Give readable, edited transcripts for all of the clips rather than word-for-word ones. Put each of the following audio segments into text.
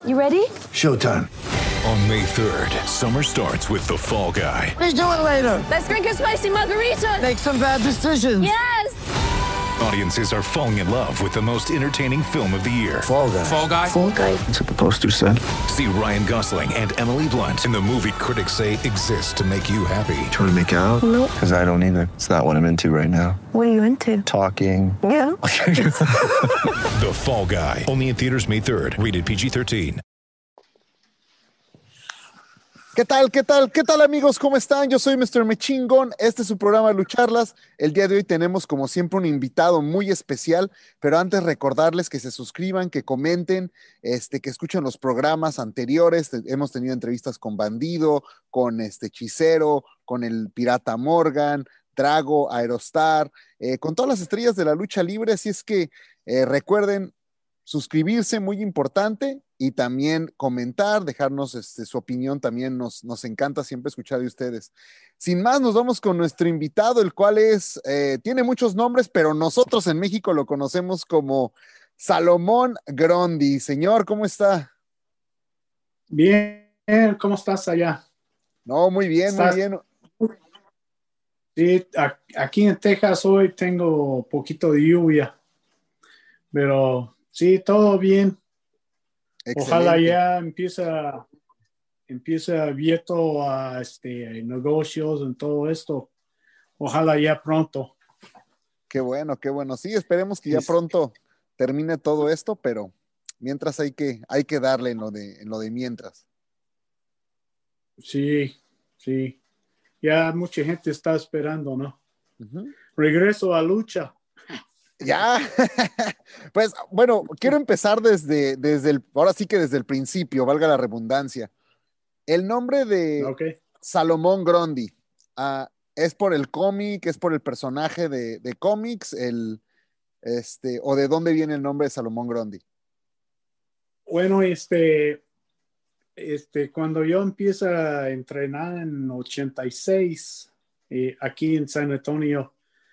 You ready? Showtime. On May 3rd, summer starts with The Fall Guy. Let's do it later. Let's drink a spicy margarita. Make some bad decisions. Yes! Audiences are falling in love with the most entertaining film of the year. Fall Guy. Fall Guy? Fall guy. That's what the poster said. See Ryan Gosling and Emily Blunt in the movie critics say exists to make you happy. Trying to make it out? Nope. Because I don't either. It's not what I'm into right now. What are you into? Talking. Yeah. The Fall Guy. Only in theaters May 3rd. Rated PG-13. ¿Qué tal? ¿Qué tal? ¿Qué tal, amigos? ¿Cómo están? Yo soy Mr. Mechingón. Este es su programa Lucharlas. El día de hoy tenemos, como siempre, un invitado muy especial, pero antes recordarles que se suscriban, que comenten, que escuchen los programas anteriores. Hemos tenido entrevistas con Bandido, con Hechicero, con el Pirata Morgan, Drago, Aerostar, con todas las estrellas de la lucha libre. Así es que recuerden suscribirse, muy importante, y también comentar, dejarnos su opinión, también nos encanta siempre escuchar de ustedes. Sin más, nos vamos con nuestro invitado, el cual tiene muchos nombres, pero nosotros en México lo conocemos como Salomón Grandi. Señor, ¿cómo está? Bien, ¿cómo estás allá? No, muy bien, muy bien. Sí, aquí en Texas hoy tengo poquito de lluvia, pero sí, todo bien. Excelente. Ojalá ya empiece abierto a negocios en todo esto. Ojalá ya pronto. Qué bueno, qué bueno. Sí, esperemos que ya pronto termine todo esto, pero mientras hay que darle en lo de mientras. Sí. Ya mucha gente está esperando, ¿no? Uh-huh. Regreso a lucha. Ya, pues bueno, quiero empezar ahora sí que desde el principio, valga la redundancia. El nombre de Salomón Grandi, ¿es por el cómic, es por el personaje de cómics, o de dónde viene el nombre de Salomón Grandi? Bueno, cuando yo empiezo a entrenar en 86, aquí en San Antonio,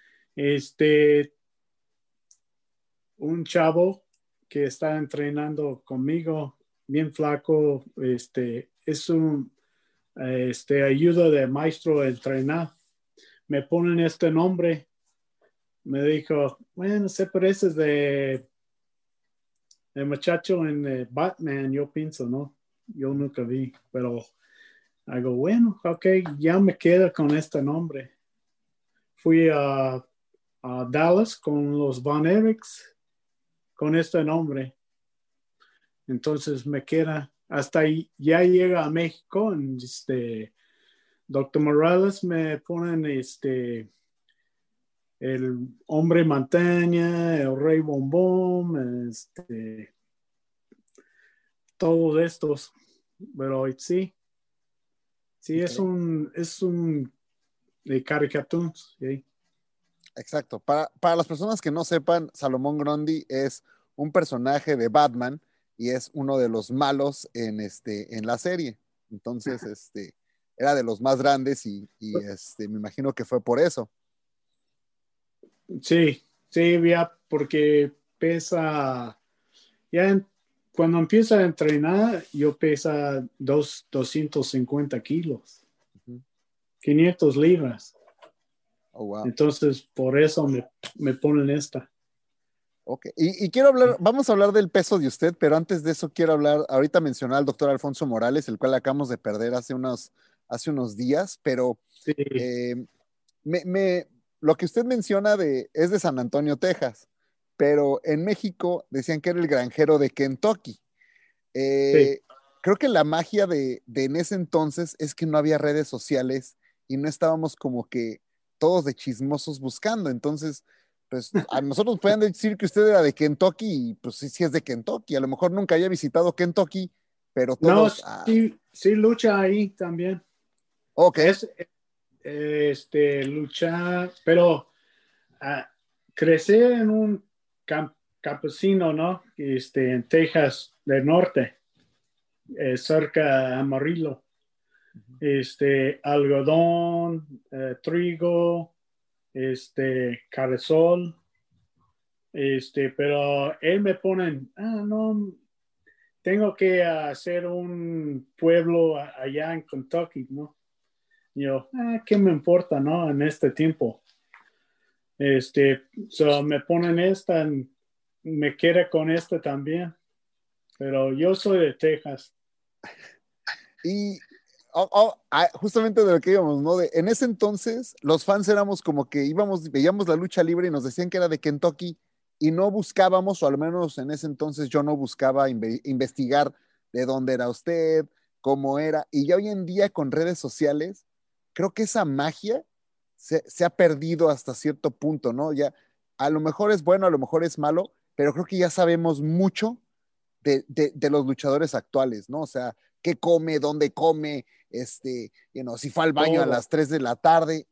un chavo que está entrenando conmigo, bien flaco, es un ayuda de maestro a entrenar. Me ponen este nombre. Me dijo, bueno, se parece de muchacho en Batman, yo pienso, ¿no? Yo nunca vi, pero hago, bueno, ok, ya me quedo con este nombre. Fui a Dallas con los Von Erichs con este nombre. Entonces me queda hasta ahí, ya llega a México, Dr. Morales me ponen el hombre montaña, el rey bombón, todos estos, pero sí, okay. es un de caricaturas, ¿sí? Exacto. Para las personas que no sepan, Salomón Grandi es un personaje de Batman y es uno de los malos en la serie. Entonces, era de los más grandes y me imagino que fue por eso. Sí, ya, porque pesa, cuando empieza a entrenar, yo pesa 250 kilos, 500 libras. Oh, wow. Entonces, por eso me ponen esta. Ok, y quiero vamos a hablar del peso de usted, pero antes de eso quiero hablar, ahorita mencionar al doctor Alfonso Morales, el cual acabamos de perder hace unos días, pero sí. Lo que usted menciona es de San Antonio, Texas, pero en México decían que era el granjero de Kentucky. Sí. Creo que la magia de en ese entonces es que no había redes sociales y no estábamos como que todos de chismosos buscando, entonces pues a nosotros pueden decir que usted era de Kentucky y pues sí es de Kentucky, a lo mejor nunca había visitado Kentucky, pero todos... No, sí lucha ahí también. Ok. Lucha, pero crecí en un campesino, ¿no? En Texas del norte, cerca de Amarillo. Algodón, trigo, carezol, pero él me ponen, no, tengo que hacer un pueblo allá en Kentucky, ¿no? Yo, ¿qué me importa, no? En este tiempo. So me ponen esta, me queda con esta también. Pero yo soy de Texas. Y justamente de lo que íbamos, ¿no? En ese entonces, los fans éramos como que veíamos la lucha libre y nos decían que era de Kentucky y no buscábamos, o al menos en ese entonces yo no buscaba investigar de dónde era usted, cómo era. Y ya hoy en día con redes sociales, creo que esa magia se ha perdido hasta cierto punto, ¿no? Ya a lo mejor es bueno, a lo mejor es malo, pero creo que ya sabemos mucho de los luchadores actuales, ¿no? O sea, qué come, dónde come, si fue al baño a las 3 de la tarde.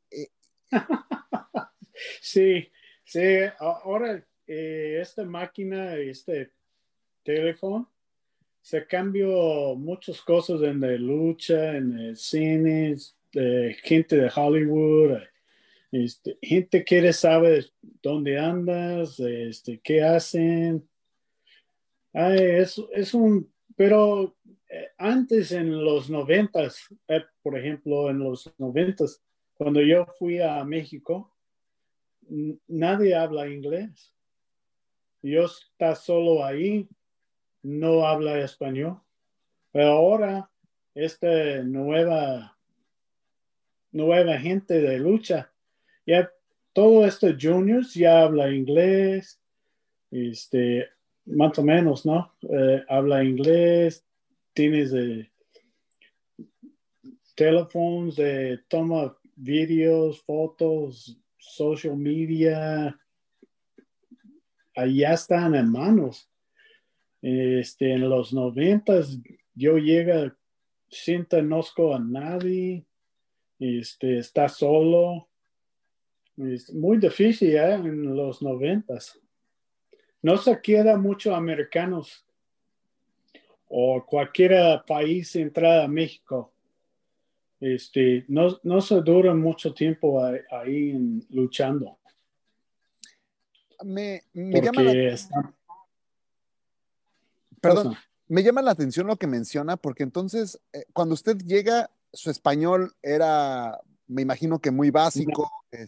Sí, ahora esta máquina, este teléfono, se cambió muchas cosas en la lucha, en el cine, gente de Hollywood, gente quiere saber dónde andas, qué hacen. Pero antes en los 90s, por ejemplo, en los 90s, cuando yo fui a México, nadie habla inglés. Yo está solo ahí, no habla español. Pero ahora, esta nueva gente de lucha, ya todo estos juniors ya habla inglés, más o menos, ¿no? Habla inglés, tienes teléfonos, toma videos, fotos, social media, allá están en manos. En los 90s yo llegué sin conozco a nadie, está solo. Es muy difícil en los 90s. No se queda mucho americanos o cualquier país entrar a México. No se dura mucho tiempo ahí luchando. Me llama la atención lo que menciona, porque entonces, cuando usted llega, su español era, me imagino que muy básico,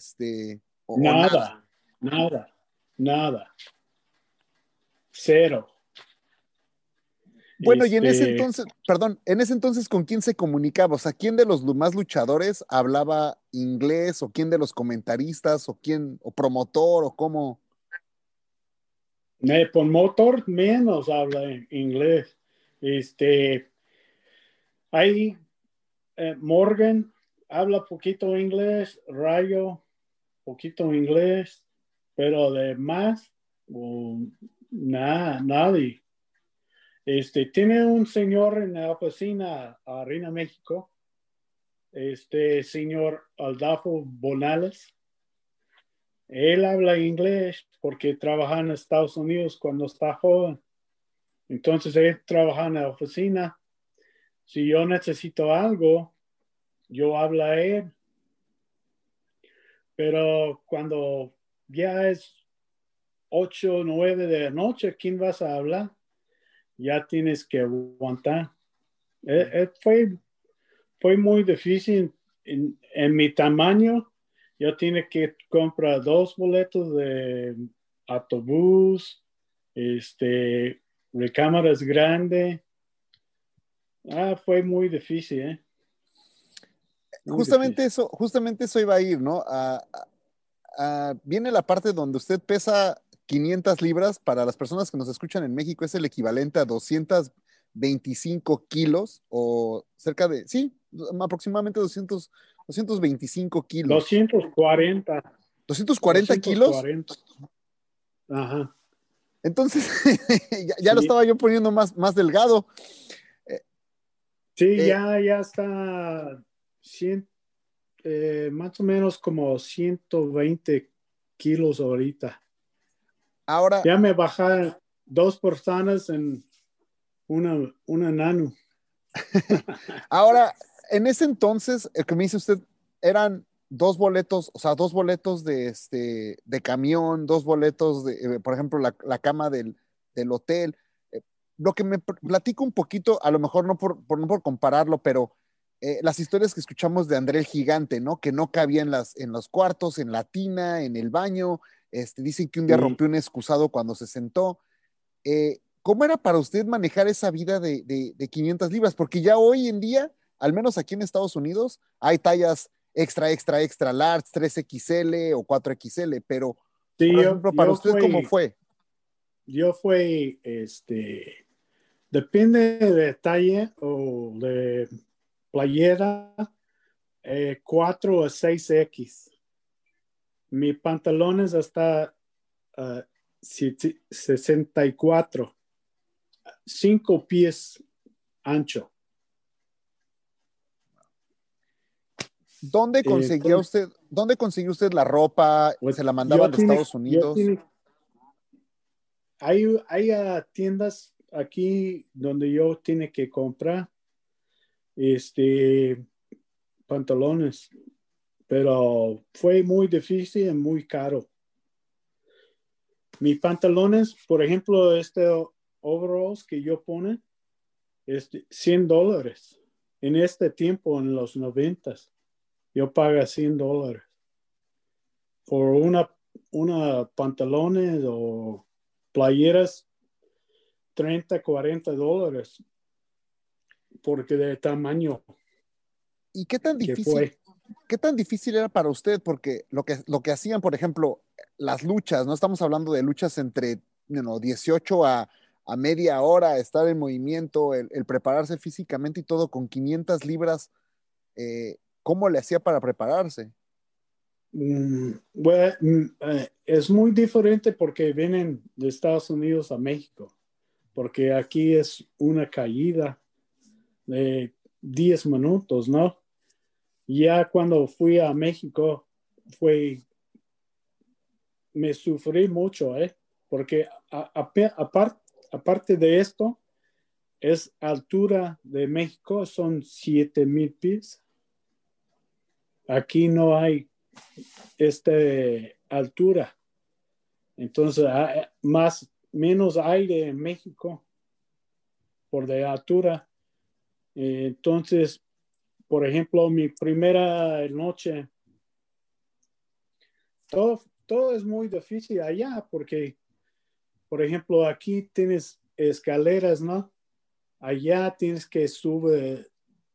nada. Cero. Bueno, y en ese entonces, ¿con quién se comunicaba? O sea, ¿quién de los más luchadores hablaba inglés? ¿O quién de los comentaristas? ¿O promotor? ¿O cómo? Promotor menos habla inglés. Ahí Morgan habla poquito inglés, Rayo, poquito inglés, pero de más, nadie. Tiene un señor en la oficina a Reina México, señor Aldafo Bonales. Él habla inglés porque trabaja en Estados Unidos cuando está joven. Entonces él trabaja en la oficina. Si yo necesito algo, yo hablo a él. Pero cuando ya es 8 o 9 de la noche, ¿quién vas a hablar? Ya tienes que aguantar. Fue muy difícil. En mi tamaño, yo tenía que comprar 2 boletos de autobús, recámaras grandes. Fue muy difícil, Justamente eso iba a ir, ¿no? Viene la parte donde usted pesa 500 libras. Para las personas que nos escuchan en México es el equivalente a 225 kilos o cerca de, sí, aproximadamente 225 kilos. 240. 240 kilos. Ajá. Entonces, ya lo estaba yo poniendo más delgado. Sí, ya está más o menos como 120 kilos ahorita. Ahora, ya me bajaron 2 personas en una nano. Ahora, en ese entonces, el que me dice usted, eran 2 boletos, o sea, 2 boletos de camión, 2 boletos de, por ejemplo, la cama del hotel. lo que me platico un poquito, a lo mejor no por compararlo, pero las historias que escuchamos de André el Gigante, ¿no? Que no cabía en los cuartos, en la tina, en el baño. Dicen que un día Sí. rompió un excusado cuando se sentó. ¿Cómo era para usted manejar esa vida de 500 libras? Porque ya hoy en día, al menos aquí en Estados Unidos, hay tallas extra, extra, extra large, 3XL o 4XL, pero, Sí, por ejemplo, para usted, ¿cómo fue? yo fui, depende de talla o de playera, 4 a 6X. Mi pantalones hasta 64, 5 pies ancho. Entonces, ¿Dónde consiguió usted la ropa? pues, ¿Se la mandaban de Estados yo Unidos? tiene, hay tiendas aquí donde yo tiene que comprar este pantalones, pero fue muy difícil y muy caro. Mis pantalones, por ejemplo, overalls que yo pone, $100. En este tiempo, en los 90, yo pago $100 por una pantalones o playeras, $30, $40 porque de tamaño ¿Y que fue. qué tan difícil era para usted? Porque lo que hacían, por ejemplo, las luchas, no estamos hablando de luchas entre 18 a media hora, estar en movimiento, el prepararse físicamente y todo con 500 libras, ¿cómo le hacía para prepararse? Bueno, es muy diferente porque vienen de Estados Unidos a México, porque aquí es una caída de 10 minutos, ¿no? Ya cuando fui a México, me sufrí mucho, porque aparte de esto, es altura de México, son 7,000 pies. Aquí no hay esta altura. Entonces, menos aire en México por de altura. Entonces, por ejemplo, mi primera noche, todo es muy difícil allá porque, por ejemplo, aquí tienes escaleras, ¿no? Allá tienes que subir,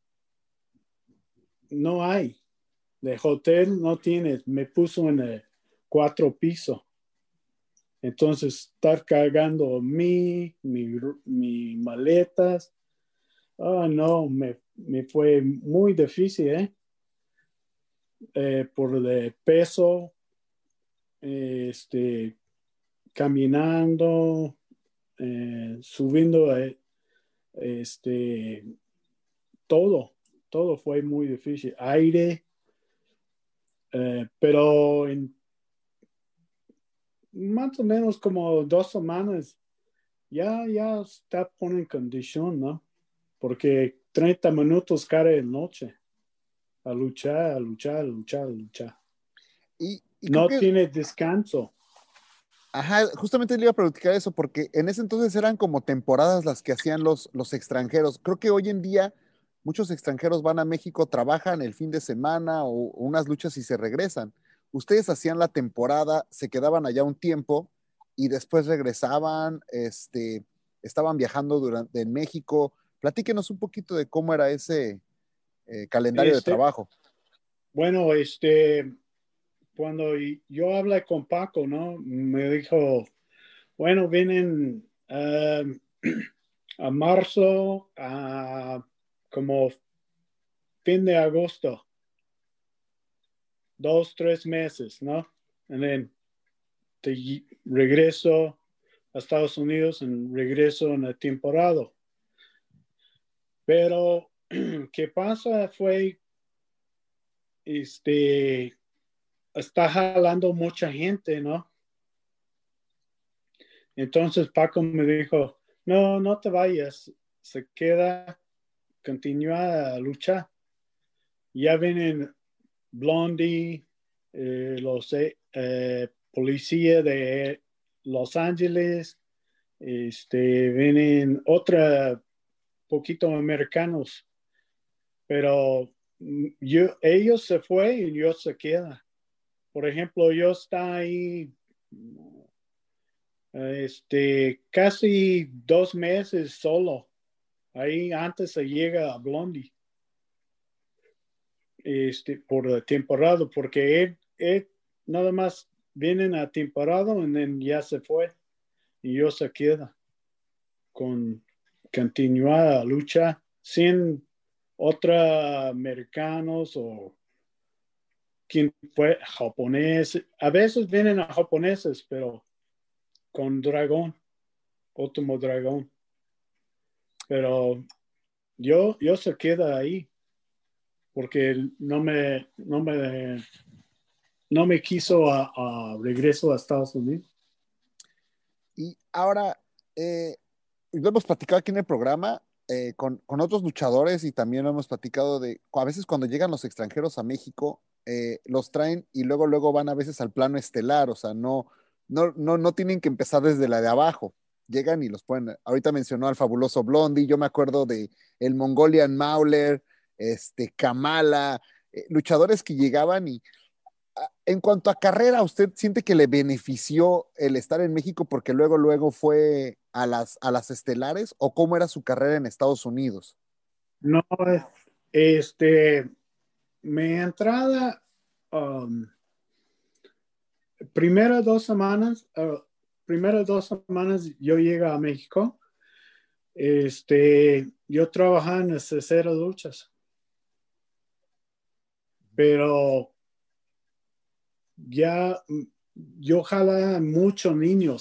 no hay. De hotel no tienes, me puso en el 4 piso. Entonces, estar cargando mi maletas, no, me fue muy difícil, por de peso, caminando, subiendo, todo fue muy difícil. Aire, pero en más o menos como 2 semanas ya está poniendo en condición, ¿no? Porque 30 minutos cada noche a luchar, a luchar, a luchar, a luchar. Y creo No que, tiene descanso. ajá, justamente le iba a platicar eso, porque en ese entonces eran como temporadas las que hacían los extranjeros. Creo que hoy en día muchos extranjeros van a México, trabajan el fin de semana o unas luchas y se regresan. Ustedes hacían la temporada, se quedaban allá un tiempo y después regresaban, estaban viajando en México. Platíquenos un poquito de cómo era ese calendario de trabajo. Bueno, cuando yo hablé con Paco, ¿no? Me dijo, bueno, vienen a marzo, como fin de agosto, 2, 3 meses, ¿no? And then regreso a Estados Unidos y regreso en la temporada. Pero, ¿qué pasa? Está jalando mucha gente, ¿no? Entonces Paco me dijo, no, no te vayas, se queda, continúa a luchar. Ya vienen Blondie, los policías de Los Ángeles, Vienen otra poquito americanos, pero ellos se fue y yo se queda. Por ejemplo, yo está ahí casi 2 meses solo. Ahí antes se llega a Blondie. Por la temporada, porque él nada más vienen a temporada y then ya se fue. Y yo se queda con continuar la lucha sin otros americanos o quien fue japonés. A veces vienen a japoneses, pero con Dragón, Último Dragón. Pero yo se queda ahí porque no me quiso a regreso a Estados Unidos. Y ahora, lo hemos platicado aquí en el programa con otros luchadores y también lo hemos platicado a veces cuando llegan los extranjeros a México, los traen y luego van a veces al plano estelar, o sea, no tienen que empezar desde la de abajo, llegan y los ponen. Ahorita mencionó al fabuloso Blondie, yo me acuerdo de el Mongolian Mauler, Kamala, luchadores que llegaban y en cuanto a carrera, ¿usted siente que le benefició el estar en México porque luego fue a las estelares o cómo era su carrera en Estados Unidos? No, mi entrada, primeras 2 semanas yo llegué a México, yo trabajaba en el Cesero de Luchas, pero ya yo jalaba muchísimos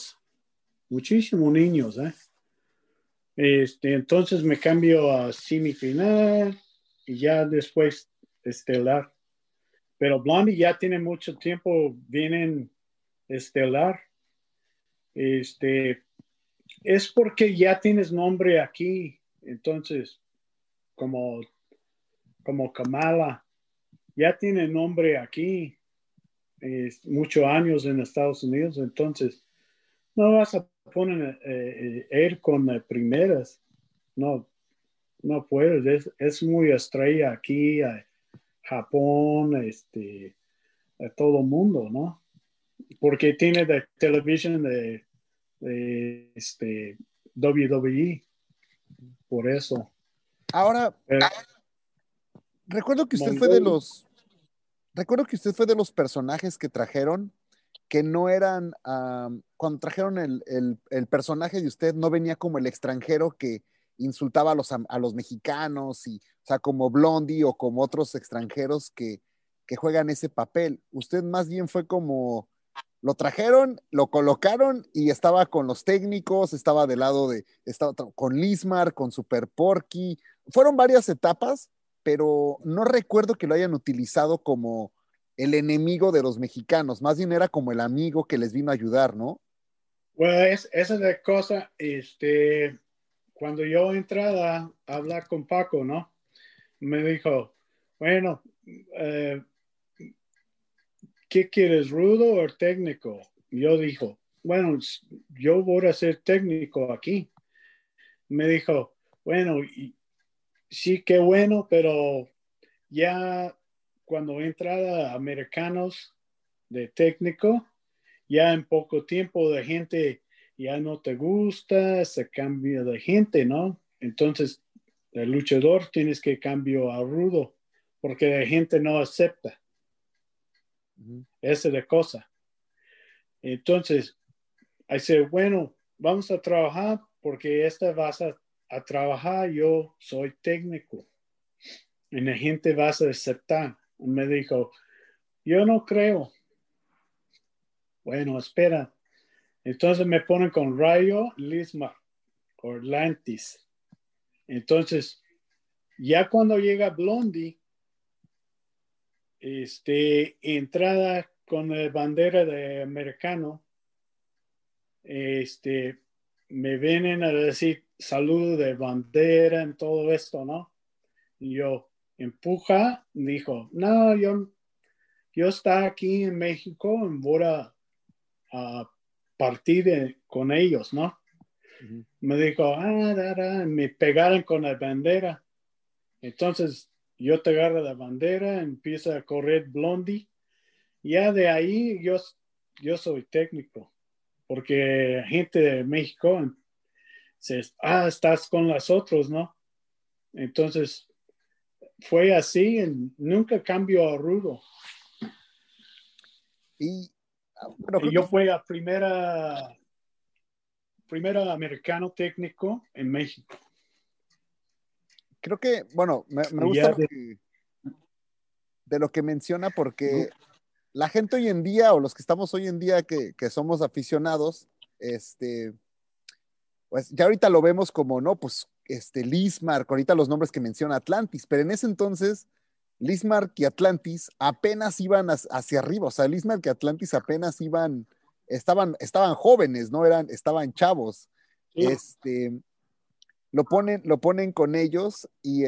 niños, entonces me cambio a semifinal y ya después estelar. Pero Blondie ya tiene mucho tiempo, vienen estelar. Es porque ya tienes nombre aquí, entonces, como Kamala, ya tiene nombre aquí, muchos años en Estados Unidos, entonces no vas a poner él con primeras, no puedes, es muy estrella aquí, a Japón, a todo mundo, ¿no? Porque tiene de televisión de WWE, por eso. Ahora, recuerdo que usted fue de los personajes que trajeron que no eran, cuando trajeron el personaje de usted, no venía como el extranjero que insultaba a los mexicanos, o sea, como Blondie o como otros extranjeros que juegan ese papel. Usted más bien fue como, lo trajeron, lo colocaron y estaba con los técnicos, estaba con Lismar, con Super Porky. Fueron varias etapas, pero no recuerdo que lo hayan utilizado como el enemigo de los mexicanos, más bien era como el amigo que les vino a ayudar, ¿no? Bueno, esa es la cosa, cuando yo entré a hablar con Paco, ¿no? Me dijo, bueno, ¿qué quieres, rudo o técnico? Yo dijo, bueno, yo voy a ser técnico aquí. Me dijo, bueno, sí, qué bueno, pero ya cuando entrada americanos de técnico, ya en poco tiempo de gente ya no te gusta, se cambia de gente, ¿no? Entonces, el luchador tienes que cambiar a rudo, porque la gente no acepta. Esa es la cosa. Entonces, dice, bueno, vamos a trabajar, porque vas a trabajar, yo soy técnico. Y la gente va a aceptar. Me dijo, yo no creo. Bueno, espera. Entonces me ponen con Rayo, Lismar, Atlantis. Entonces, ya cuando llega Blondie, entrada con la bandera de americano, me vienen a decir salud de bandera en todo esto, ¿no? Y yo empuja, dijo, no, yo está aquí en México, voy a partir con ellos, ¿no? Me dijo, me pegaron con la bandera. Entonces yo te agarro la bandera, empieza a correr Blondie. Ya de ahí yo soy técnico, porque gente de México estás con las otros, ¿no? Entonces fue así, nunca cambio a rudo. Y bueno, Yo fui a primera americano técnico en México. creo que, bueno, me gusta de lo que menciona, porque la gente hoy en día, o los que estamos hoy en día que somos aficionados, pues ya ahorita lo vemos como, ¿no? Pues Lismark, ahorita los nombres que menciona Atlantis, pero en ese entonces Lismark y Atlantis apenas iban hacia arriba, o sea, Lismark y Atlantis apenas estaban jóvenes, ¿no? Estaban chavos. Sí. Lo ponen con ellos y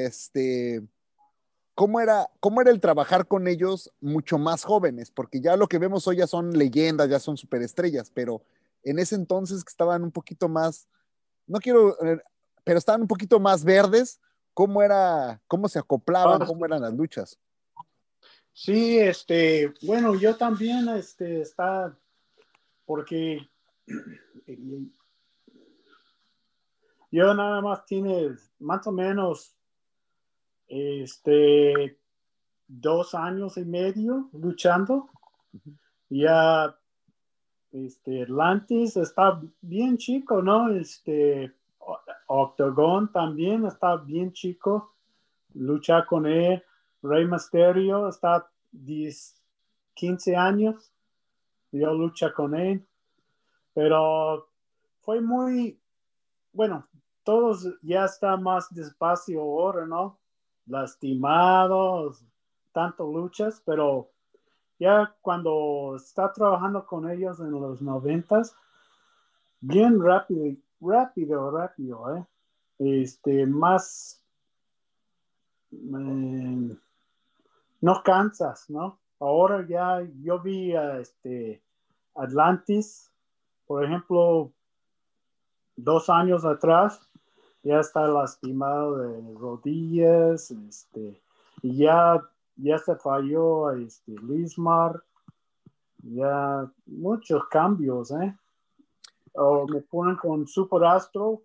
¿cómo era el trabajar con ellos mucho más jóvenes? Porque ya lo que vemos hoy ya son leyendas, ya son superestrellas, pero en ese entonces que estaban un poquito más, no quiero, pero estaban un poquito más verdes, cómo se acoplaban, cómo eran las luchas. Sí, bueno, yo también, está, porque yo nada más tiene más o menos, 2 años y medio luchando. Ya, Atlantis está bien chico, ¿no? Octagon también está bien chico. Lucha con él. Rey Mysterio está 15 años. Yo lucha con él. Pero fue muy, bueno, todos ya está más despacio ahora, ¿no? Lastimados, tanto luchas, pero ya cuando está trabajando con ellos en los 90s, bien rápido, más, no cansas, ¿no? Ahora ya yo vi a Atlantis, por ejemplo, 2 años atrás, ya está lastimado de rodillas, y ya se falló a Lismar, ya muchos cambios, O me ponen con Super Astro.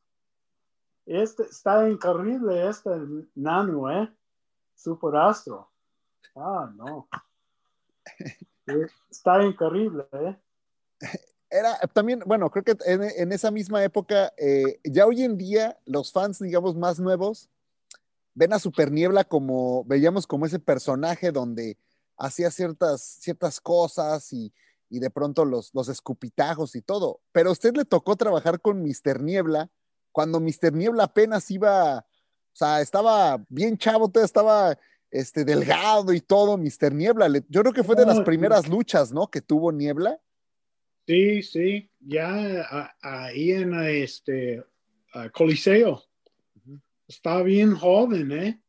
Está increíble Nano, Super Astro. No. Está increíble, Era también, bueno, creo que en esa misma época, ya hoy en día, los fans, digamos, más nuevos, ven a Super Niebla veíamos como ese personaje donde hacía ciertas cosas y de pronto los escupitajos y todo. Pero a usted le tocó trabajar con Mr. Niebla cuando Mr. Niebla apenas o sea, estaba bien chavo, todavía estaba delgado y todo, Mr. Niebla. Yo creo que fue de las primeras luchas, ¿no? Que tuvo Niebla. Sí, ya ahí en Coliseo. Está bien joven,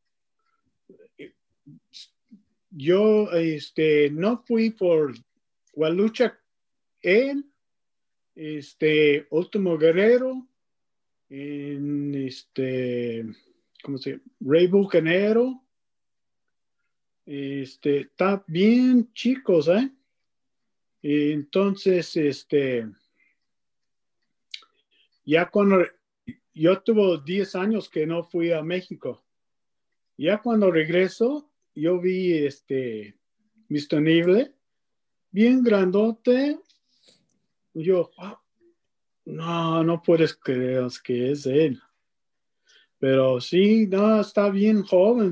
Yo no fui por la lucha él, Último Guerrero, en ¿cómo se llama? Rey Bucanero. Está bien chicos, Entonces, ya cuando yo tuve 10 años que no fui a México, ya cuando regreso, yo vi Mr. Niebla, bien grandote. Yo, no puedes creer que es él. Pero sí, no, está bien joven,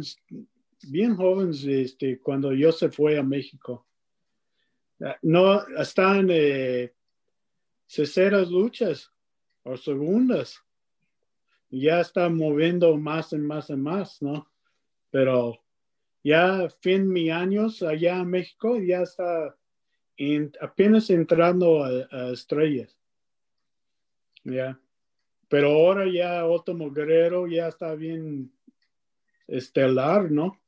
cuando yo se fue a México. No, están terceras luchas o segundas. Ya está moviendo más y más y más, ¿no? Pero ya fin mi años allá en México, ya está apenas entrando a estrellas. Ya. Pero ahora ya Último Guerrero ya está bien estelar, ¿no?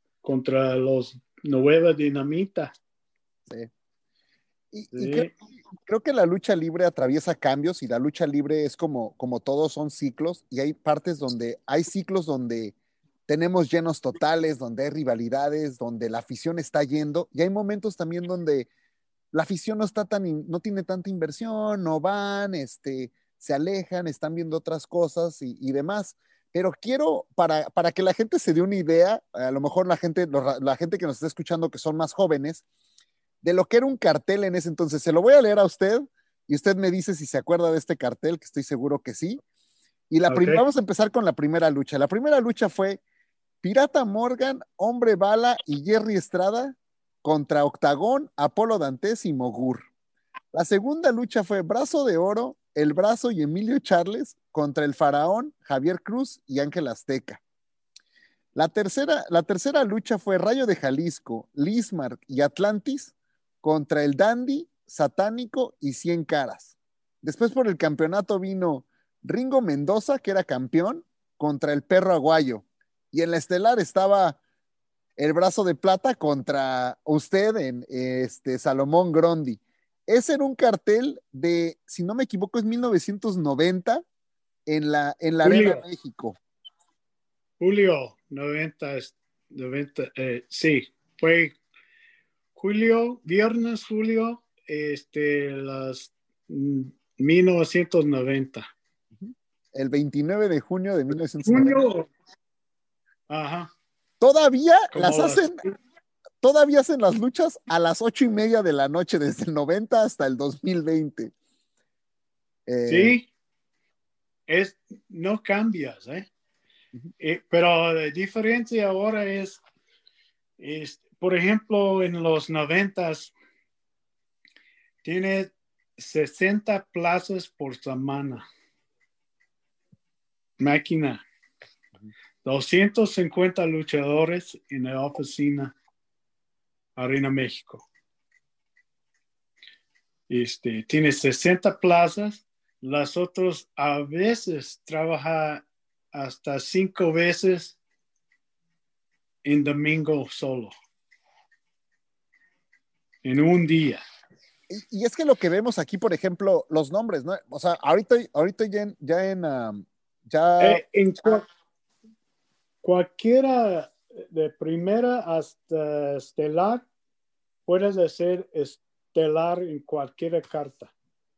Contra los Nueva Dinamita. Sí. Y Sí. creo que la lucha libre atraviesa cambios y la lucha libre es como todos son ciclos y hay partes donde hay ciclos donde tenemos llenos totales, donde hay rivalidades, donde la afición está yendo y hay momentos también donde la afición no está no tiene tanta inversión, no van, se alejan, están viendo otras cosas y demás. Pero quiero, para que la gente se dé una idea, a lo mejor la gente que nos está escuchando que son más jóvenes, de lo que era un cartel en ese entonces. Se lo voy a leer a usted y usted me dice si se acuerda de este cartel, que estoy seguro que sí. Y vamos a empezar con la primera lucha. La primera lucha fue Pirata Morgan, Hombre Bala y Jerry Estrada contra Octagón, Apolo Dantes y Mogur. La segunda lucha fue Brazo de Oro, El Brazo y Emilio Charles contra el Faraón, Javier Cruz y Ángel Azteca. La tercera lucha fue Rayo de Jalisco, Lismark y Atlantis contra el Dandy, Satánico y 100 Caras. Después por el campeonato vino Ringo Mendoza, que era campeón, contra el Perro Aguayo. Y en la estelar estaba el Brazo de Plata contra usted en Salomón Grondi. Ese era un cartel de, si no me equivoco, es 1990 en la Arena México. Julio 90, sí, fue viernes, julio, las 1990. El 29 de junio de 1990. Junio. Ajá. Todavía hacen las luchas a las 8:30 de la noche, desde el 90 hasta el 2020. Sí, no cambias, pero la diferencia ahora es, por ejemplo, en los 90s, tiene 60 plazas por semana. Máquina. 250 luchadores en la oficina Arena México. Tiene 60 plazas. Las otras a veces trabaja hasta 5 veces en domingo solo. En un día. Y es que lo que vemos aquí, por ejemplo, los nombres, ¿no? O sea, ahorita cualquiera de primera hasta estelar, puedes hacer estelar en cualquier carta.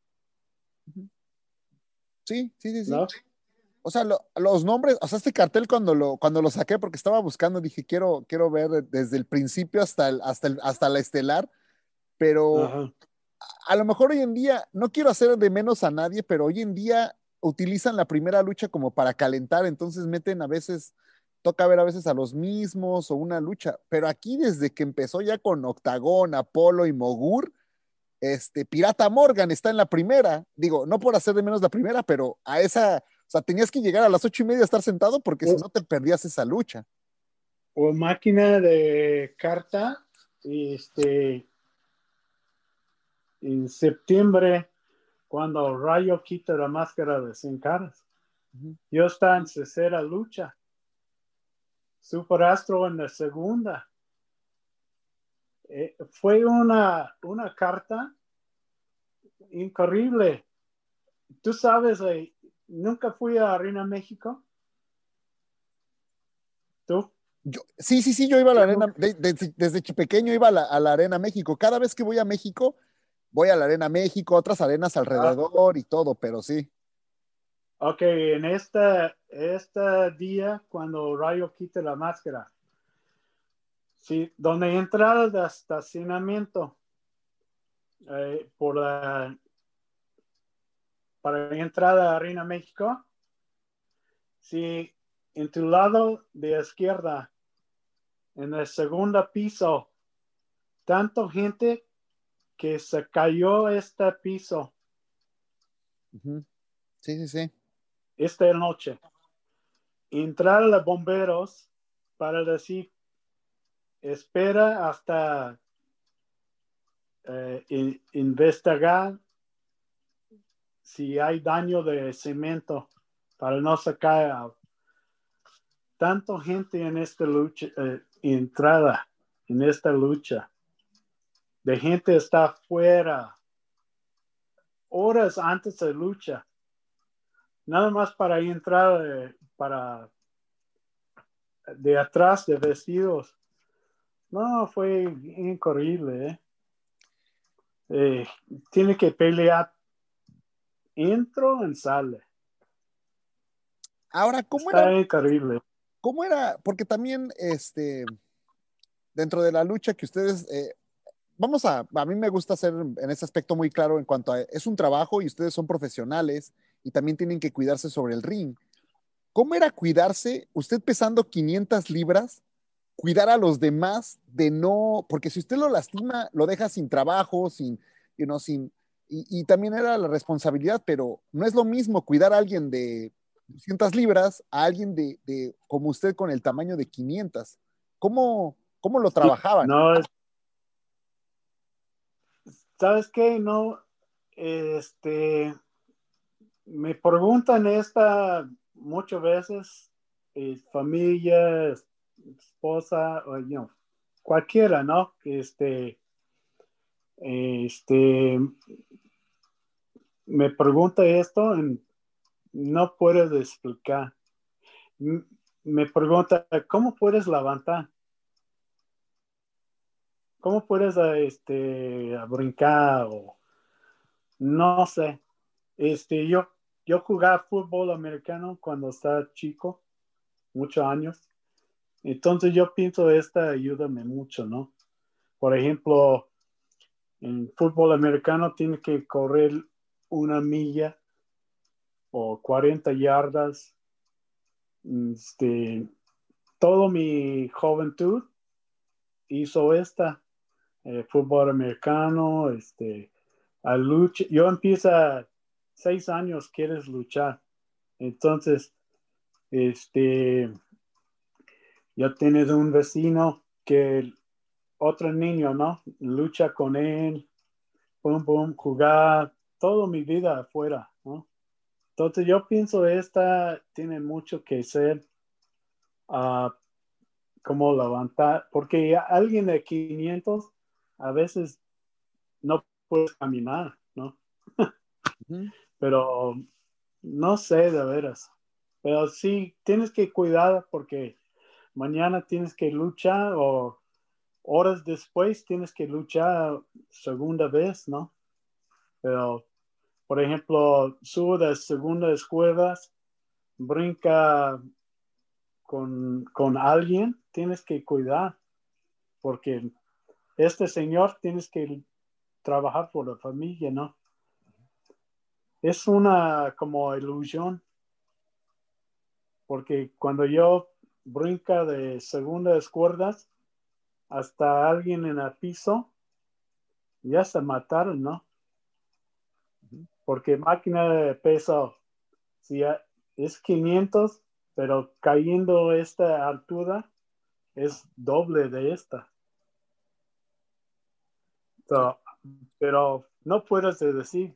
Sí. ¿No? O sea, los nombres, o sea, este cartel cuando lo saqué, porque estaba buscando, dije, quiero ver desde el principio hasta la estelar, pero Ajá. a lo mejor hoy en día, no quiero hacer de menos a nadie, pero hoy en día utilizan la primera lucha como para calentar, entonces toca ver a veces a los mismos o una lucha, pero aquí desde que empezó ya con Octagón, Apolo y Mogur, Pirata Morgan está en la primera, digo, no por hacer de menos la primera, pero a esa, o sea, tenías que llegar a las 8:30 a estar sentado porque si no te perdías esa lucha. O máquina de carta, en septiembre, cuando Rayo quita la máscara de 100 caras. Yo estaba en tercera lucha. Superastro en la segunda. Fue una carta increíble. Tú sabes, nunca fui a Arena México. ¿Tú? Sí, yo iba a la Arena, desde pequeño iba a la Arena México. Cada vez que voy a México, voy a la Arena México, otras arenas alrededor y todo, pero sí. Ok, en este día, cuando Rayo quite la máscara, sí, donde entrada de estacionamiento, para entrada a Arena México, sí, en tu lado de izquierda, en el segundo piso, tanto gente que se cayó este piso. Sí. Esta noche. Entrar a los bomberos para decir, espera hasta investigar si hay daño de cemento para no sacar tanto gente en esta lucha, entrada en esta lucha. De gente está afuera horas antes de lucha. Nada más para entrar de atrás de vestidos. No, fue increíble. Tiene que pelear. Entro y sale. Ahora, ¿cómo Está era? increíble. ¿Cómo era? Porque también, dentro de la lucha que ustedes, a mí me gusta ser en ese aspecto muy claro en cuanto a, es un trabajo y ustedes son profesionales y también tienen que cuidarse sobre el ring. ¿Cómo era cuidarse, usted pesando 500 libras, cuidar a los demás de no, porque si usted lo lastima, lo deja sin trabajo, y también era la responsabilidad, pero no es lo mismo cuidar a alguien de 200 libras a alguien como usted con el tamaño de 500. ¿Cómo lo trabajaban? No, ¿sabes qué? No, me preguntan esta muchas veces, familia, esposa, o cualquiera, ¿no? Me pregunta esto y no puedo explicar. Me pregunta, ¿cómo puedes levantar? ¿Cómo puedes brincar? O, no sé. Yo jugaba fútbol americano cuando estaba chico, muchos años. Entonces yo pienso esta ayúdame mucho, ¿no? Por ejemplo, en fútbol americano tiene que correr 1 milla o 40 yardas. Todo mi juventud hizo fútbol americano, a lucha. Yo empiezo a 6 años, quieres luchar. Entonces, yo tengo un vecino que otro niño, ¿no? Lucha con él, pum, pum, jugar, toda mi vida afuera, ¿no? Entonces yo pienso tiene mucho que ser como levantar, porque alguien de 500 a veces no puede caminar, ¿no? Pero no sé de veras. Pero sí, tienes que cuidar porque mañana tienes que luchar o horas después tienes que luchar segunda vez, ¿no? Pero, por ejemplo, sube de segundas cuerdas, brinca con alguien, tienes que cuidar porque este señor tienes que trabajar por la familia, ¿no? Es una como ilusión porque cuando yo brinca de segundas cuerdas hasta alguien en el piso, ya se mataron, ¿no? Porque máquina de peso, si es 500, pero cayendo esta altura, es doble de esta. So, pero no puedes decir.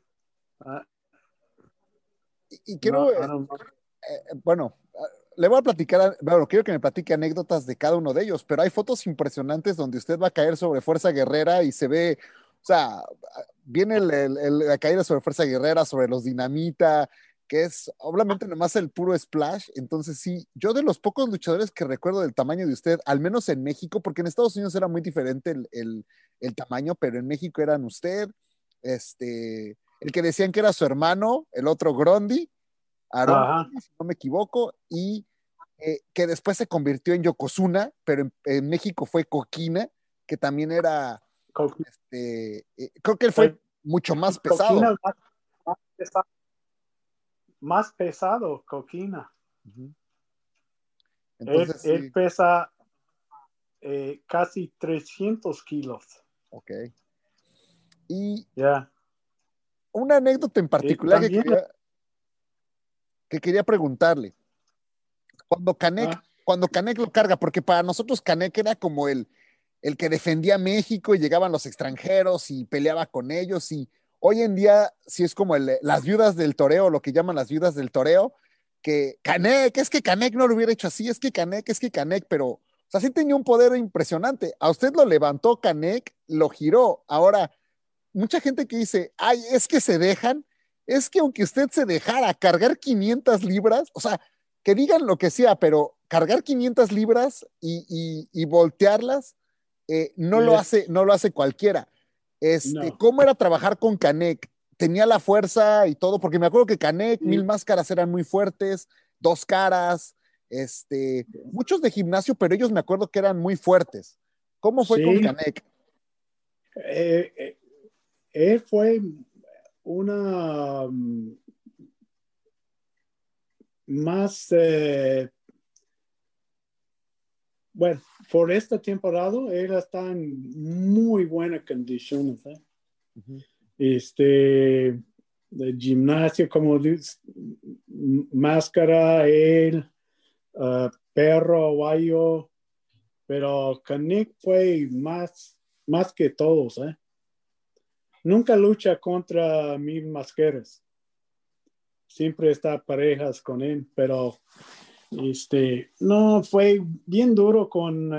Y quiero, bueno, le voy a platicar, bueno, quiero que me platique anécdotas de cada uno de ellos, pero hay fotos impresionantes donde usted va a caer sobre Fuerza Guerrera y se ve, o sea, viene la caída sobre Fuerza Guerrera, sobre los Dinamita, que es obviamente nomás el puro splash. Entonces sí, yo de los pocos luchadores que recuerdo del tamaño de usted, al menos en México, porque en Estados Unidos era muy diferente el tamaño, pero en México eran usted, el que decían que era su hermano, el otro Grondi, Aaron, si no me equivoco, y que después se convirtió en Yokozuna, pero en México fue Coquina, que también era, creo que él fue mucho más pesado. Coquina, más pesado, Coquina. Entonces, él pesa casi 300 kilos. Ok. Y yeah. Una anécdota en particular que quería preguntarle. Cuando Canek lo carga, porque para nosotros Canek era como el que defendía a México y llegaban los extranjeros y peleaba con ellos, y hoy en día sí es como las viudas del toreo, lo que llaman las viudas del toreo, que Canek, es que Canek no lo hubiera hecho así, es que Canek, pero, o sea, sí tenía un poder impresionante. A usted lo levantó Canek, lo giró. Ahora, mucha gente que dice, ay, es que se dejan, es que aunque usted se dejara cargar 500 libras, o sea, que digan lo que sea, pero cargar 500 libras y voltearlas, no lo hace cualquiera. No. ¿Cómo era trabajar con Canek? ¿Tenía la fuerza y todo? Porque me acuerdo que Canek, Mil Máscaras eran muy fuertes, Dos Caras, muchos de gimnasio, pero ellos me acuerdo que eran muy fuertes. ¿Cómo fue con Sí. Canek? Él fue una más, bueno, por esta temporada él está en muy buenas condiciones. Uh-huh. De gimnasio, como dice, Máscara, él, Perro, Guayo, pero Canek fue más que todos. Nunca lucha contra Mil Máscaras. Siempre está parejas con él, pero no, fue bien duro con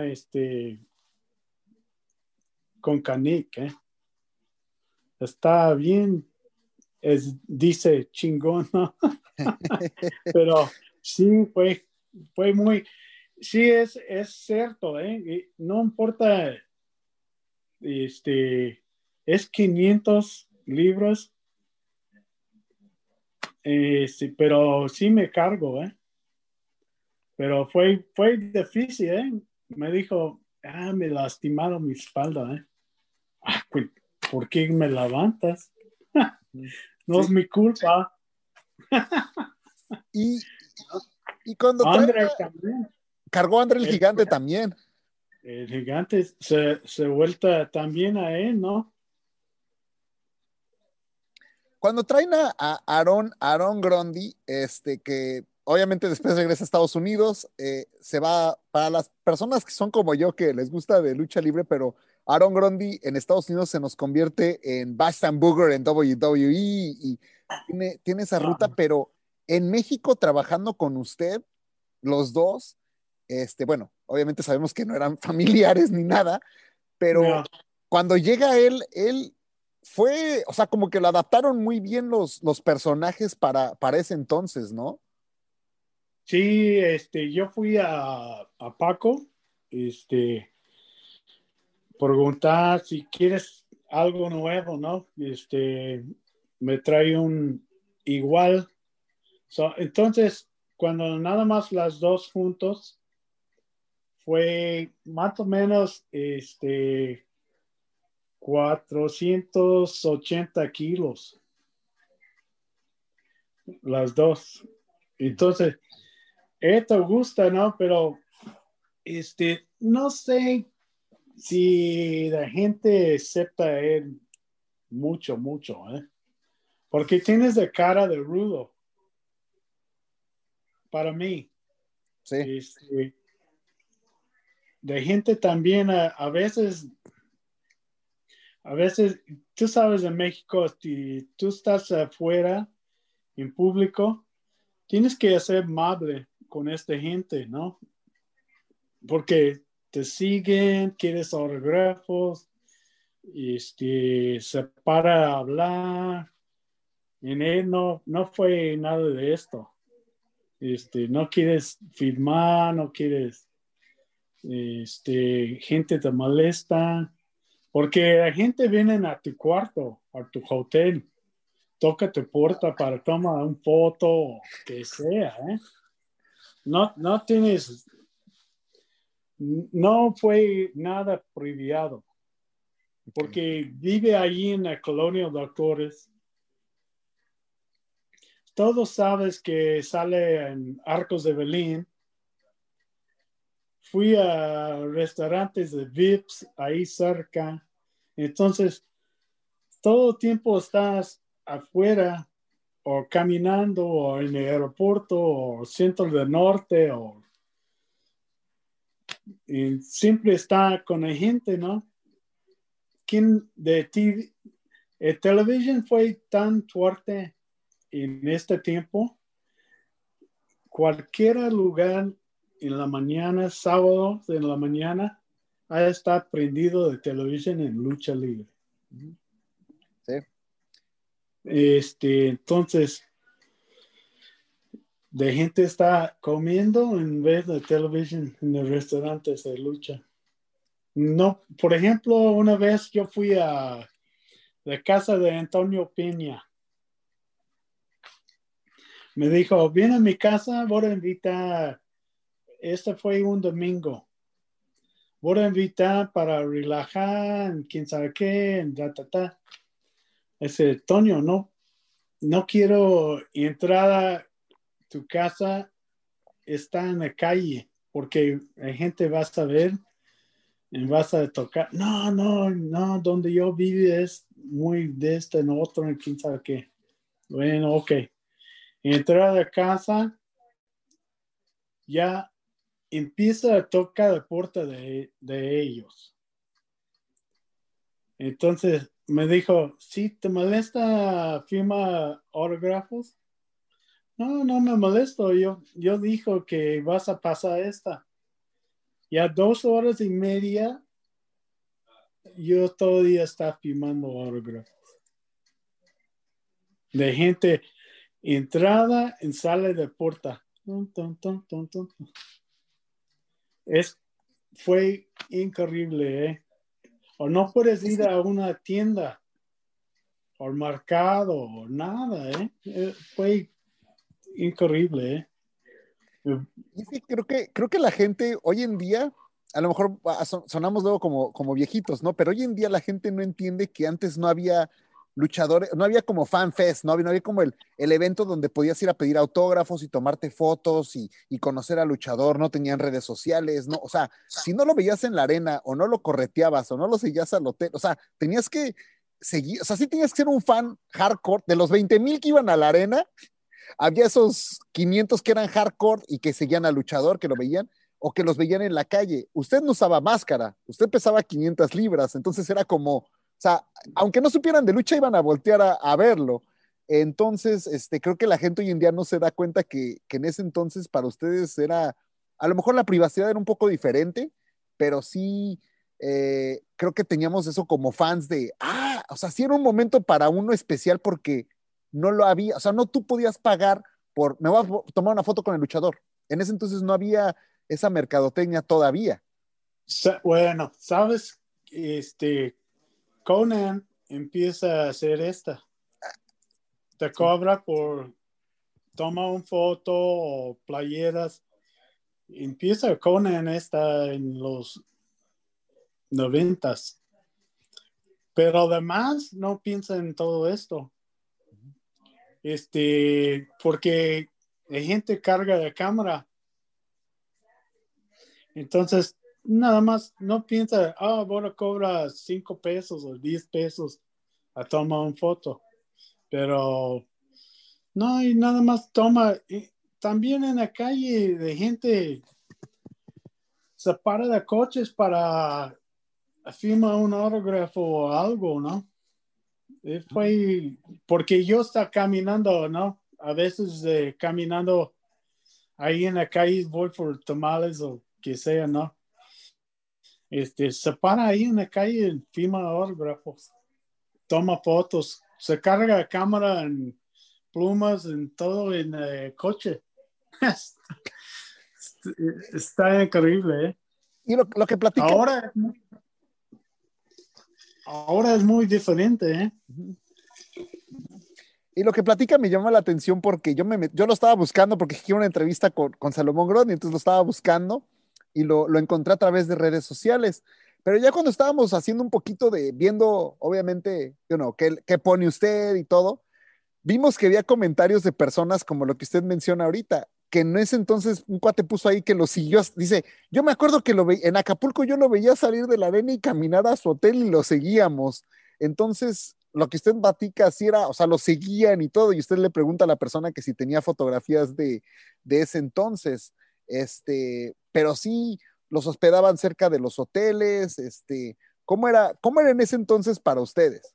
Canek. Está bien, dice chingón, ¿no? Pero sí, fue muy, sí es cierto, y no importa, es 500 libras, pero sí me cargo, pero fue difícil, me dijo, me lastimaron mi espalda, pues, ¿por qué me levantas? No es mi culpa. Y cuando André también. cargó a André el Gigante también. El Gigante se vuelta también a él, ¿no? Cuando traen a Aaron Grundy, que obviamente después regresa a Estados Unidos, se va, para las personas que son como yo, que les gusta de lucha libre, pero Aaron Grundy en Estados Unidos se nos convierte en Bastion Booger en WWE y tiene esa ruta, pero en México trabajando con usted, los dos, bueno, obviamente sabemos que no eran familiares ni nada, pero cuando llega él fue, o sea, como que lo adaptaron muy bien los personajes para ese entonces, ¿no? Sí, yo fui a Paco, preguntar si quieres algo nuevo, ¿no? Me trae un igual. Entonces, cuando nada más las dos juntos, fue más o menos 480 kilos. Las dos. Entonces, esto gusta, ¿no? Pero, no sé si la gente acepta él mucho, porque tienes de cara de rudo. Para mí. Sí. De gente también a veces, tú sabes, en México, si tú estás afuera, en público, tienes que ser amable con esta gente, ¿no? Porque te siguen, quieres autógrafos, se para a hablar. En él no fue nada de esto. No quieres firmar, no quieres, gente te molesta, porque la gente viene a tu cuarto, a tu hotel, toca tu puerta para tomar una foto, o que sea, No tienes, no fue nada privado, porque vive allí en la colonia Doctores. Todos sabes que sale en Arcos de Berlín. Fui a restaurantes de VIPs ahí cerca. Entonces, todo el tiempo estás afuera o caminando o en el aeropuerto o centro del norte y siempre está con la gente, ¿no? El televisión fue tan fuerte en este tiempo. Cualquier lugar en la mañana, sábado en la mañana, está prendido de televisión en lucha libre. Sí. Entonces, de gente está comiendo en vez de televisión en los restaurantes de lucha. No, por ejemplo, una vez yo fui a la casa de Antonio Peña. Me dijo, ven a mi casa, voy a invitar. Este fue un domingo. Voy a invitar para relajar, quién sabe qué, Dice, Toño, no quiero entrar a tu casa, está en la calle, porque la gente va a saber y vas a tocar. No, donde yo vivo es muy de este en otro, quién sabe qué. Bueno, ok. Entrar a casa, ya empieza a tocar la puerta de ellos. Entonces me dijo, ¿sí te molesta firma autógrafos? No me molesto. Yo dijo que vas a pasar esta. Ya 2 horas y media, yo todavía está firmando autógrafos. De gente entrada y sale de puerta. Fue increíble, ¿eh? O no puedes ir a una tienda o al mercado o nada, ¿eh? Fue increíble, ¿eh? Y sí, creo que la gente hoy en día, a lo mejor sonamos luego como viejitos, ¿no? Pero hoy en día la gente no entiende que antes no había luchadores, no había como fan fest, no había como el evento donde podías ir a pedir autógrafos y tomarte fotos y conocer al luchador, no tenían redes sociales, ¿no? O sea, si no lo veías en la arena o no lo correteabas o no lo seguías al hotel, o sea, tenías que seguir, o sea, sí tenías que ser un fan hardcore de los 20,000 que iban a la arena. Había esos 500 que eran hardcore y que seguían al luchador, que lo veían, o que los veían en la calle. Usted no usaba máscara, usted pesaba 500 libras, entonces era como, o sea, aunque no supieran de lucha, iban a voltear a verlo. Entonces, creo que la gente hoy en día no se da cuenta que en ese entonces para ustedes era, a lo mejor la privacidad era un poco diferente, pero sí, creo que teníamos eso como fans de, o sea, sí era un momento para uno especial porque no lo había, o sea, no tú podías pagar me voy a tomar una foto con el luchador. En ese entonces no había esa mercadotecnia todavía. Bueno, ¿sabes? Conan empieza a hacer esta. Te cobra por tomar una foto o playeras. Empieza Conan esta en los 90s. Pero además no piensa en todo esto. Porque la gente carga de cámara. Entonces, nada más no piensa, voy a cobrar 5 pesos o 10 pesos a tomar una foto. Pero no, y nada más toma. También en la calle de gente se para de coches para firmar un autógrafo o algo, ¿no? Fue porque yo estaba caminando, ¿no? A veces caminando ahí en la calle, voy por tamales o que sea, ¿no? Se para ahí en la calle, firma autógrafos, toma fotos, se carga la cámara en plumas, en todo en el coche. Está increíble, ¿eh? Y lo que platica. Ahora es muy diferente, ¿eh? Y lo que platica me llama la atención porque yo lo estaba buscando porque quiero una entrevista con Salomón Grón y entonces lo estaba buscando y lo encontré a través de redes sociales. Pero ya cuando estábamos haciendo un poquito viendo, obviamente, qué pone usted y todo, vimos que había comentarios de personas como lo que usted menciona ahorita, que en ese entonces un cuate puso ahí que lo siguió, dice, yo me acuerdo que en Acapulco yo lo veía salir de la arena y caminar a su hotel y lo seguíamos. Entonces, lo que usted platica sí era, o sea, lo seguían y todo, y usted le pregunta a la persona que si tenía fotografías de ese entonces, pero sí los hospedaban cerca de los hoteles, cómo era en ese entonces para ustedes?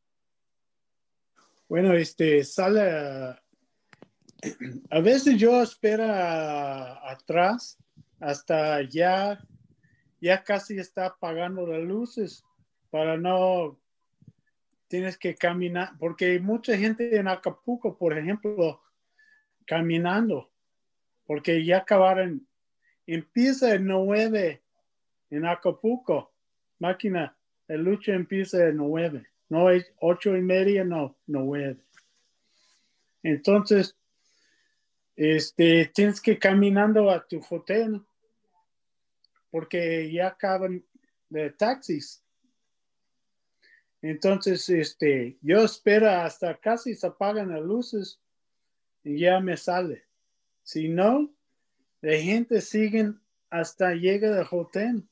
Bueno, sale a veces yo espero atrás hasta ya casi está apagando las luces para no tienes que caminar, porque hay mucha gente en Acapulco, por ejemplo, caminando, porque ya acabaron, empieza el 9 en Acapulco, máquina, el lucha empieza el 9, no es 8:30, no, 9. Entonces, tienes que caminando a tu hotel, porque ya acaban de taxis. Entonces, yo espero hasta casi se apagan las luces y ya me sale. Si no, la gente sigue hasta llega al hotel.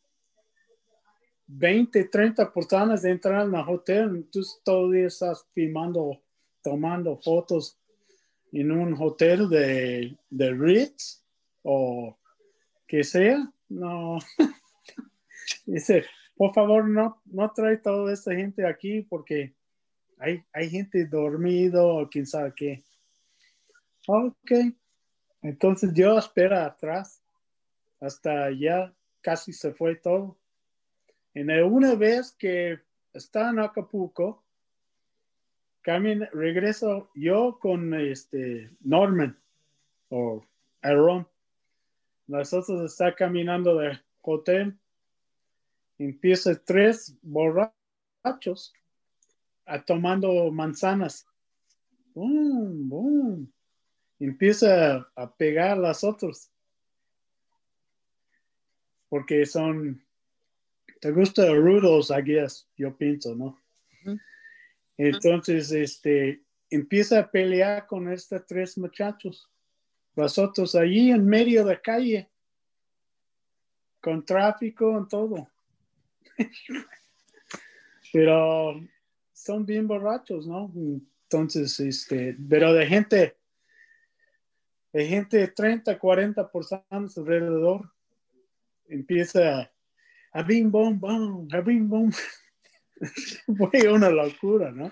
20, 30 personas entran al hotel, entonces todo el día estás filmando, tomando fotos en un hotel de Ritz o que sea. No, dice, por favor, no trae toda esta gente aquí porque hay gente dormido o quién sabe qué. Ok, entonces yo espero atrás hasta ya casi se fue todo. En una vez que está en Acapulco, regreso yo con Norman o Aaron. Nosotros está caminando del hotel. Empieza 3 borrachos tomando manzanas. Boom, boom. Empieza a pegar a las otras. Porque te gusta rudos, I guess, yo pienso, ¿no? Uh-huh. Entonces, empieza a pelear con estos 3 muchachos. Los otros allí en medio de la calle. Con tráfico y todo. Pero son bien borrachos, ¿no? Entonces, pero de gente 30, 40 personas alrededor, empieza a bim, bom, bom, a bim, bom. Fue una locura, ¿no?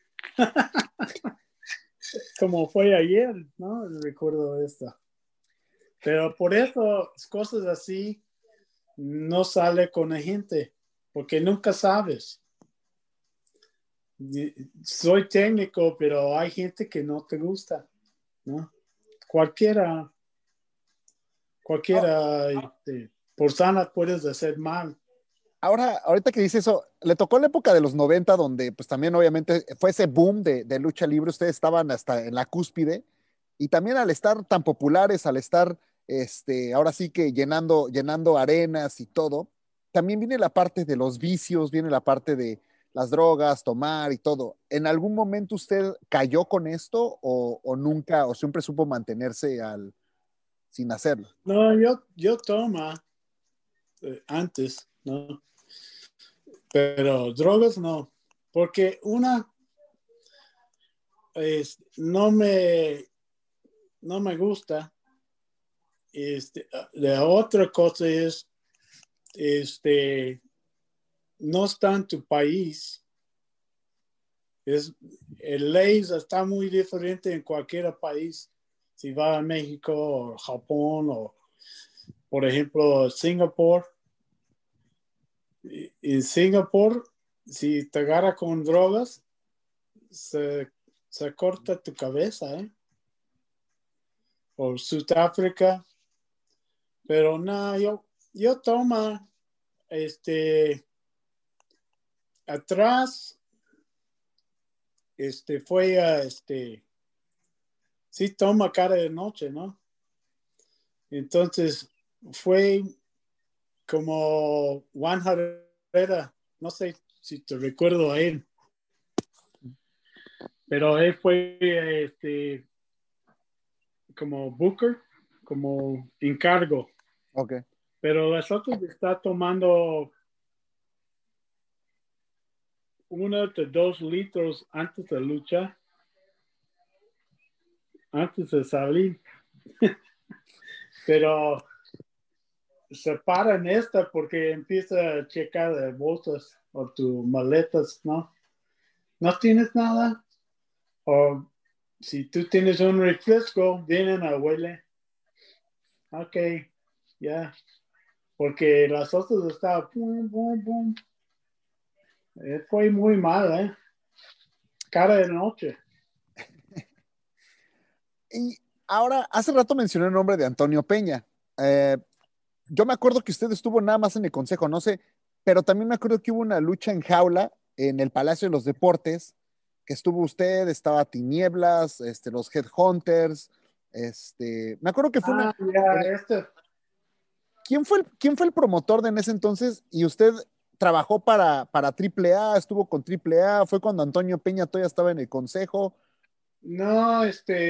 Como fue ayer, ¿no? Recuerdo esto. Pero por eso, cosas así no sale con la gente, porque nunca sabes. Soy técnico, pero hay gente que no te gusta, ¿no? Cualquiera persona puedes hacer mal. Ahorita que dice eso, le tocó la época de los 90 donde pues también obviamente fue ese boom de lucha libre, ustedes estaban hasta en la cúspide y también al estar tan populares, al estar ahora sí que llenando arenas y todo, también viene la parte de los vicios, viene la parte de las drogas, tomar y todo. ¿En algún momento usted cayó con esto o nunca, o siempre supo mantenerse sin hacerlo? No, yo toma antes, ¿no? Pero drogas no, porque no me gusta. La otra cosa es, no está en tu país. El ley está muy diferente en cualquier país. Si va a México o Japón o, por ejemplo, Singapur. En Singapur, si te agarra con drogas, se corta tu cabeza, ¿eh? O Sudáfrica. Pero no, yo tomo atrás fue sí toma cada noche, ¿no? Entonces fue como Juan Herrera, no sé si te recuerdo a él, pero él fue como Booker, como encargo. Okay. Pero nosotros está tomando 1 de 2 litros antes de lucha, antes de salir. Pero se para en esta porque empieza a checar de bolsas o tus maletas, ¿no? ¿No tienes nada? O si tú tienes un refresco, vienen a huele. Ok, ya. Yeah. Porque las otras estaban pum, pum, pum. Fue muy mal, ¿eh? cada noche. Y ahora, hace rato mencioné el nombre de Antonio Peña. Yo me acuerdo que usted estuvo nada más en el consejo, no sé, pero también me acuerdo que hubo una lucha en jaula en el Palacio de los Deportes, que estuvo usted, estaba Tinieblas, los Headhunters, me acuerdo que fue una... Ya, ¿Quién fue el promotor de en ese entonces? Y usted trabajó para AAA, estuvo con AAA, fue cuando Antonio Peña todavía estaba en el consejo. No,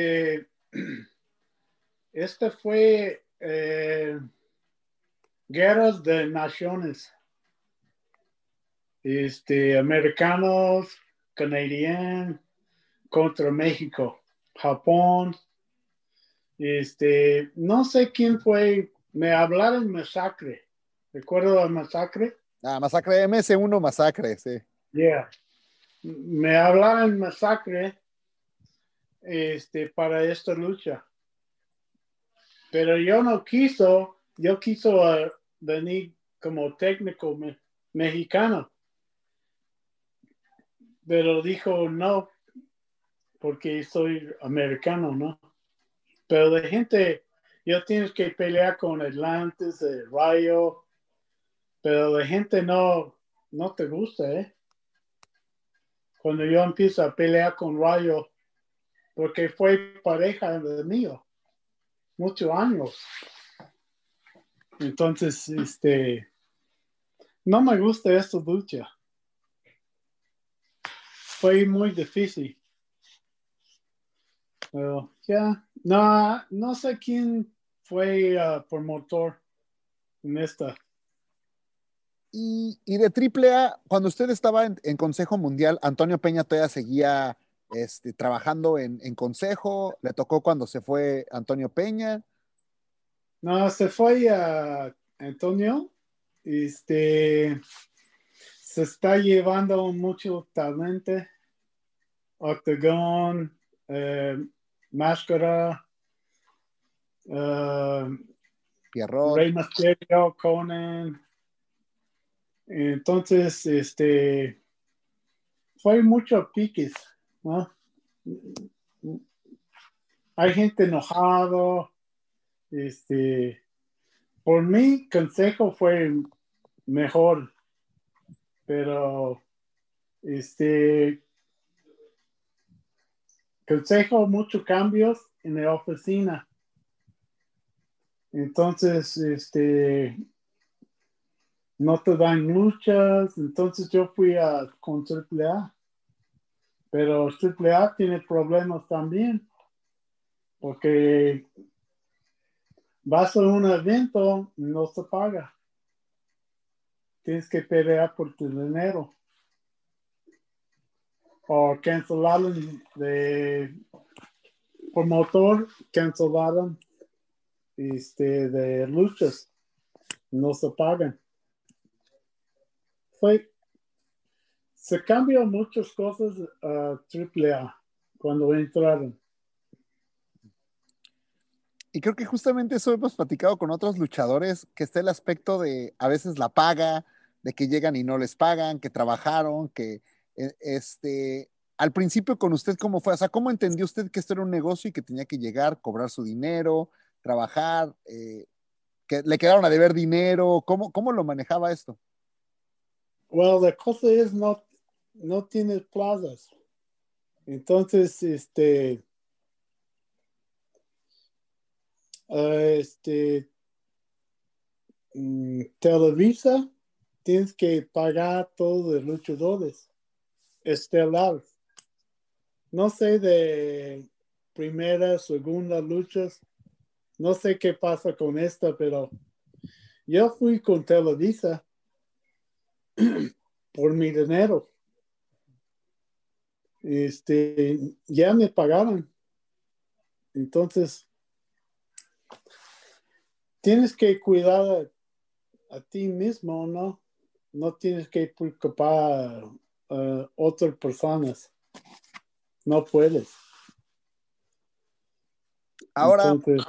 fue Guerras de Naciones. Americanos, canadienses contra México, Japón. No sé quién fue. Me hablaron Masacre. ¿Recuerdo la Masacre? Masacre MS1, Masacre, sí. Yeah. Me hablaron Masacre para esta lucha. Pero yo quiso venir como técnico mexicano. Pero dijo no, porque soy americano, ¿no? Pero de gente, yo tienes que pelear con Atlantis, Rayo, pero de gente no te gusta, ¿eh? Cuando yo empiezo a pelear con Rayo, porque fue pareja de mío, muchos años. Entonces, no me gusta esta lucha. Fue muy difícil. Pero ya, no sé quién fue promotor en esta. Y de AAA, cuando usted estaba en Consejo Mundial, Antonio Peña todavía seguía trabajando en Consejo. ¿Le tocó cuando se fue Antonio Peña? No, se fue a Antonio. Se está llevando mucho talento. Octagon, Máscara, Pierrot. Rey Mysterio, Conan. Entonces, fue mucho piques, ¿no? Hay gente enojado. Por mí, Consejo fue mejor, pero Consejo, muchos cambios en la oficina. Entonces, no te dan luchas. Entonces yo fui con AAA. Pero AAA tiene problemas también. Porque vas a un evento, no se paga. Tienes que pelear por tu dinero. O cancelaron de promotor, cancelaron de luchas. No se pagan. Se cambian muchas cosas a AAA cuando entraron. Y creo que justamente eso hemos platicado con otros luchadores, que está el aspecto de a veces la paga, de que llegan y no les pagan, que trabajaron, que al principio con usted, ¿cómo fue? O sea, ¿cómo entendió usted que esto era un negocio y que tenía que llegar, cobrar su dinero, trabajar, que le quedaron a deber dinero? ¿Cómo lo manejaba esto? Well, la cosa es no tienes plazas. Entonces, Televisa tienes que pagar todos los luchadores estelares. No sé de primera, segunda luchas. No sé qué pasa con esta, pero yo fui con Televisa por mi dinero. Ya me pagaron. Entonces, tienes que cuidar a ti mismo, ¿no? No tienes que preocupar a otras personas. No puedes. Ahora, Entonces,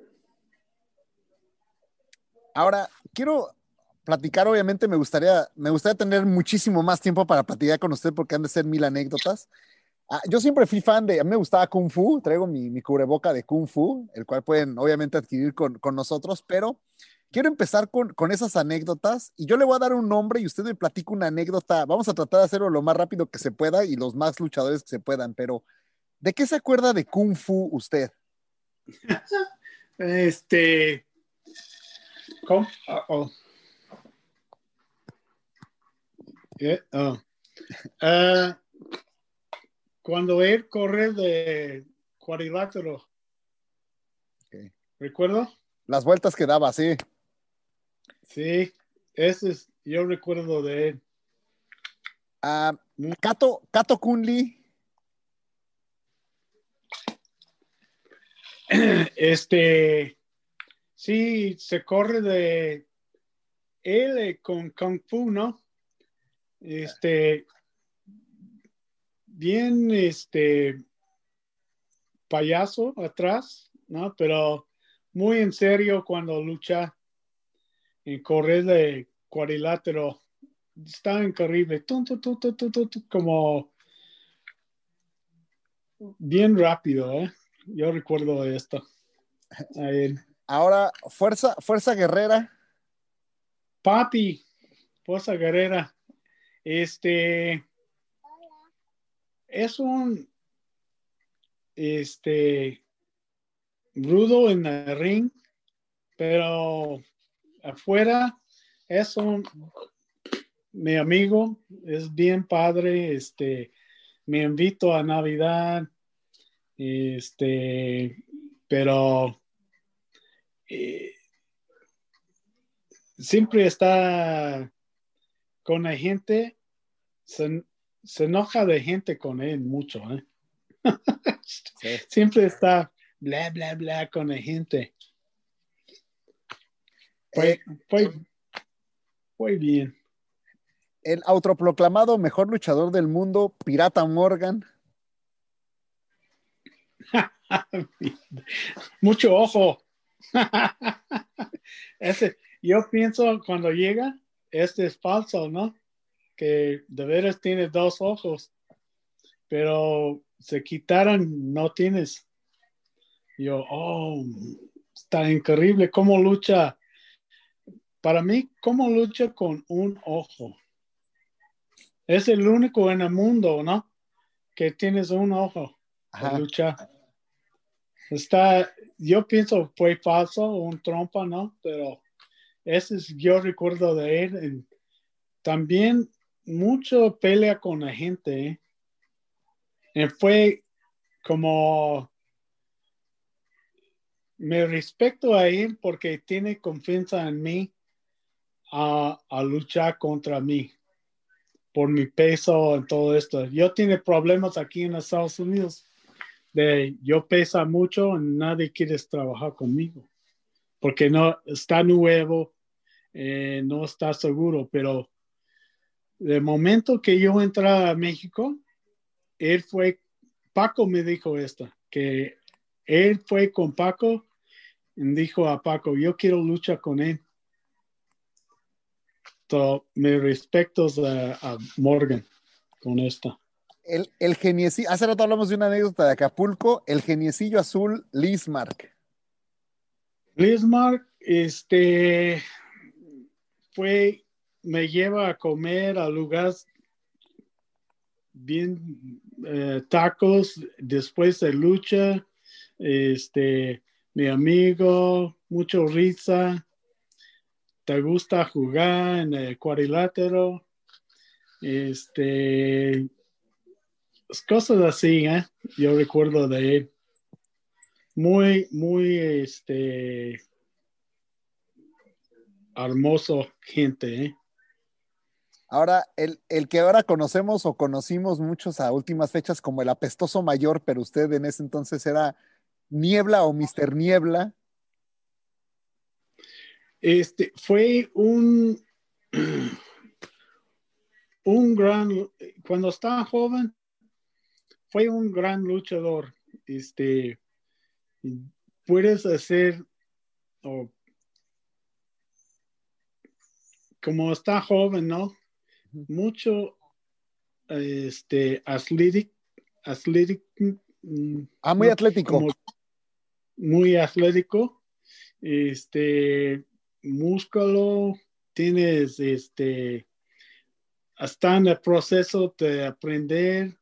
quiero platicar, obviamente me gustaría tener muchísimo más tiempo para platicar con usted porque han de ser 1000 anécdotas. Yo siempre fui fan a mí me gustaba Kung Fu, traigo mi cubreboca de Kung Fu, el cual pueden obviamente adquirir con nosotros, pero quiero empezar con esas anécdotas y yo le voy a dar un nombre y usted me platica una anécdota. Vamos a tratar de hacerlo lo más rápido que se pueda y los más luchadores que se puedan, pero ¿de qué se acuerda de Kung Fu usted? ¿Cómo? Uh-oh. Cuando él corre de cuadrilátero. Okay. ¿Recuerdo? Las vueltas que daba, sí. Sí, yo recuerdo de él. Kato Kunli. Sí, se corre de él con Kung Fu, ¿no? Bien, payaso atrás, ¿no? Pero muy en serio cuando lucha en correr de cuadrilátero. Está increíble. Como bien rápido, ¿eh? Yo recuerdo esto. Ahora, Fuerza Guerrera. Papi, Fuerza Guerrera. Es un rudo en el ring, pero afuera es mi amigo, es bien padre, me invito a Navidad, pero siempre está con la gente, se enoja de gente con él mucho, ¿eh? Sí. Siempre está bla, bla, bla con la gente. Fue bien. El autoproclamado mejor luchador del mundo, Pirata Morgan. Mucho ojo. Yo pienso cuando llega, es falso, ¿no? Que de veras tiene 2 ojos, pero se quitaron, no tienes. Yo, está increíble cómo lucha. Para mí, cómo lucha con un ojo. Es el único en el mundo, ¿no? Que tienes un ojo para luchar. Yo pienso fue falso, un trompa, ¿no? Pero yo recuerdo de él. También mucho pelea con la gente, ¿eh? Fue como me respeto a él porque tiene confianza en mí a luchar contra mí por mi peso y todo esto. Yo tiene problemas aquí en Estados Unidos yo pesa mucho y nadie quiere trabajar conmigo porque no está nuevo, no está seguro, pero de momento que yo entré a México, Paco me dijo que él fue con Paco y dijo a Paco, yo quiero luchar con él. So, me respeto a Morgan con esta. El geniecillo, hace rato hablamos de una anécdota de Acapulco, el geniecillo azul, Lismark. Lismark, me lleva a comer a lugares bien tacos después de lucha, mi amigo, mucho risa, te gusta jugar en el cuadrilátero, cosas así, yo recuerdo de él. Muy, muy, hermoso gente, Ahora, el que ahora conocemos o conocimos muchos a últimas fechas como el apestoso mayor, pero usted en ese entonces era Niebla o Mr. Niebla. Fue un cuando estaba joven, fue un gran luchador. Puedes hacer, como está joven, ¿no? Mucho athletic atlético. Muy atlético. Como muy atlético. Músculo. Tienes, está en el proceso de aprender.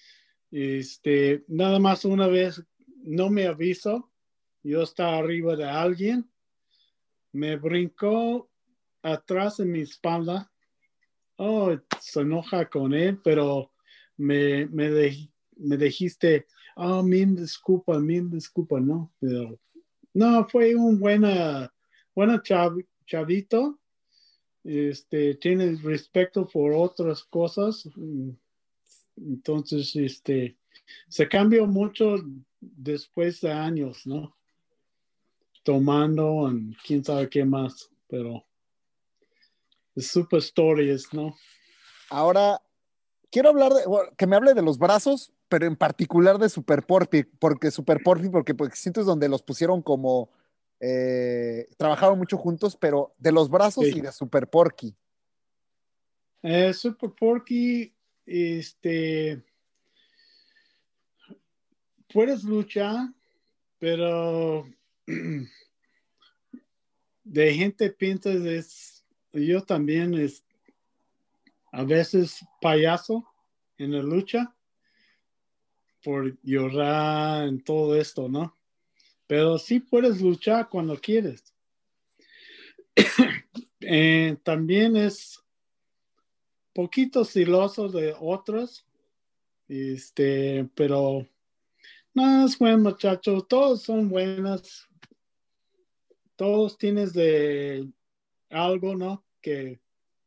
Nada más una vez no me aviso. Yo estaba arriba de alguien. Me brincó atrás en mi espalda. Oh, se enoja con él, pero me dijiste, mil disculpa, ¿no? Pero, no, fue un buena chavito. Tiene respeto por otras cosas. Entonces, se cambió mucho después de años, ¿no? Tomando y quién sabe qué más, pero super stories, ¿no? Ahora, quiero hablar que me hable de los brazos, pero en particular de Super Porky, porque pues, siento es donde los pusieron como, trabajaron mucho juntos, pero de los brazos Sí. y de Super Porky. Super Porky, puedes luchar, pero de gente piensa yo también a veces payaso en la lucha por llorar en todo esto, ¿no? Pero sí puedes luchar cuando quieres. También es poquito celoso de otros, pero no, es buen muchacho, todos son buenas, todos tienes de algo, ¿no? Que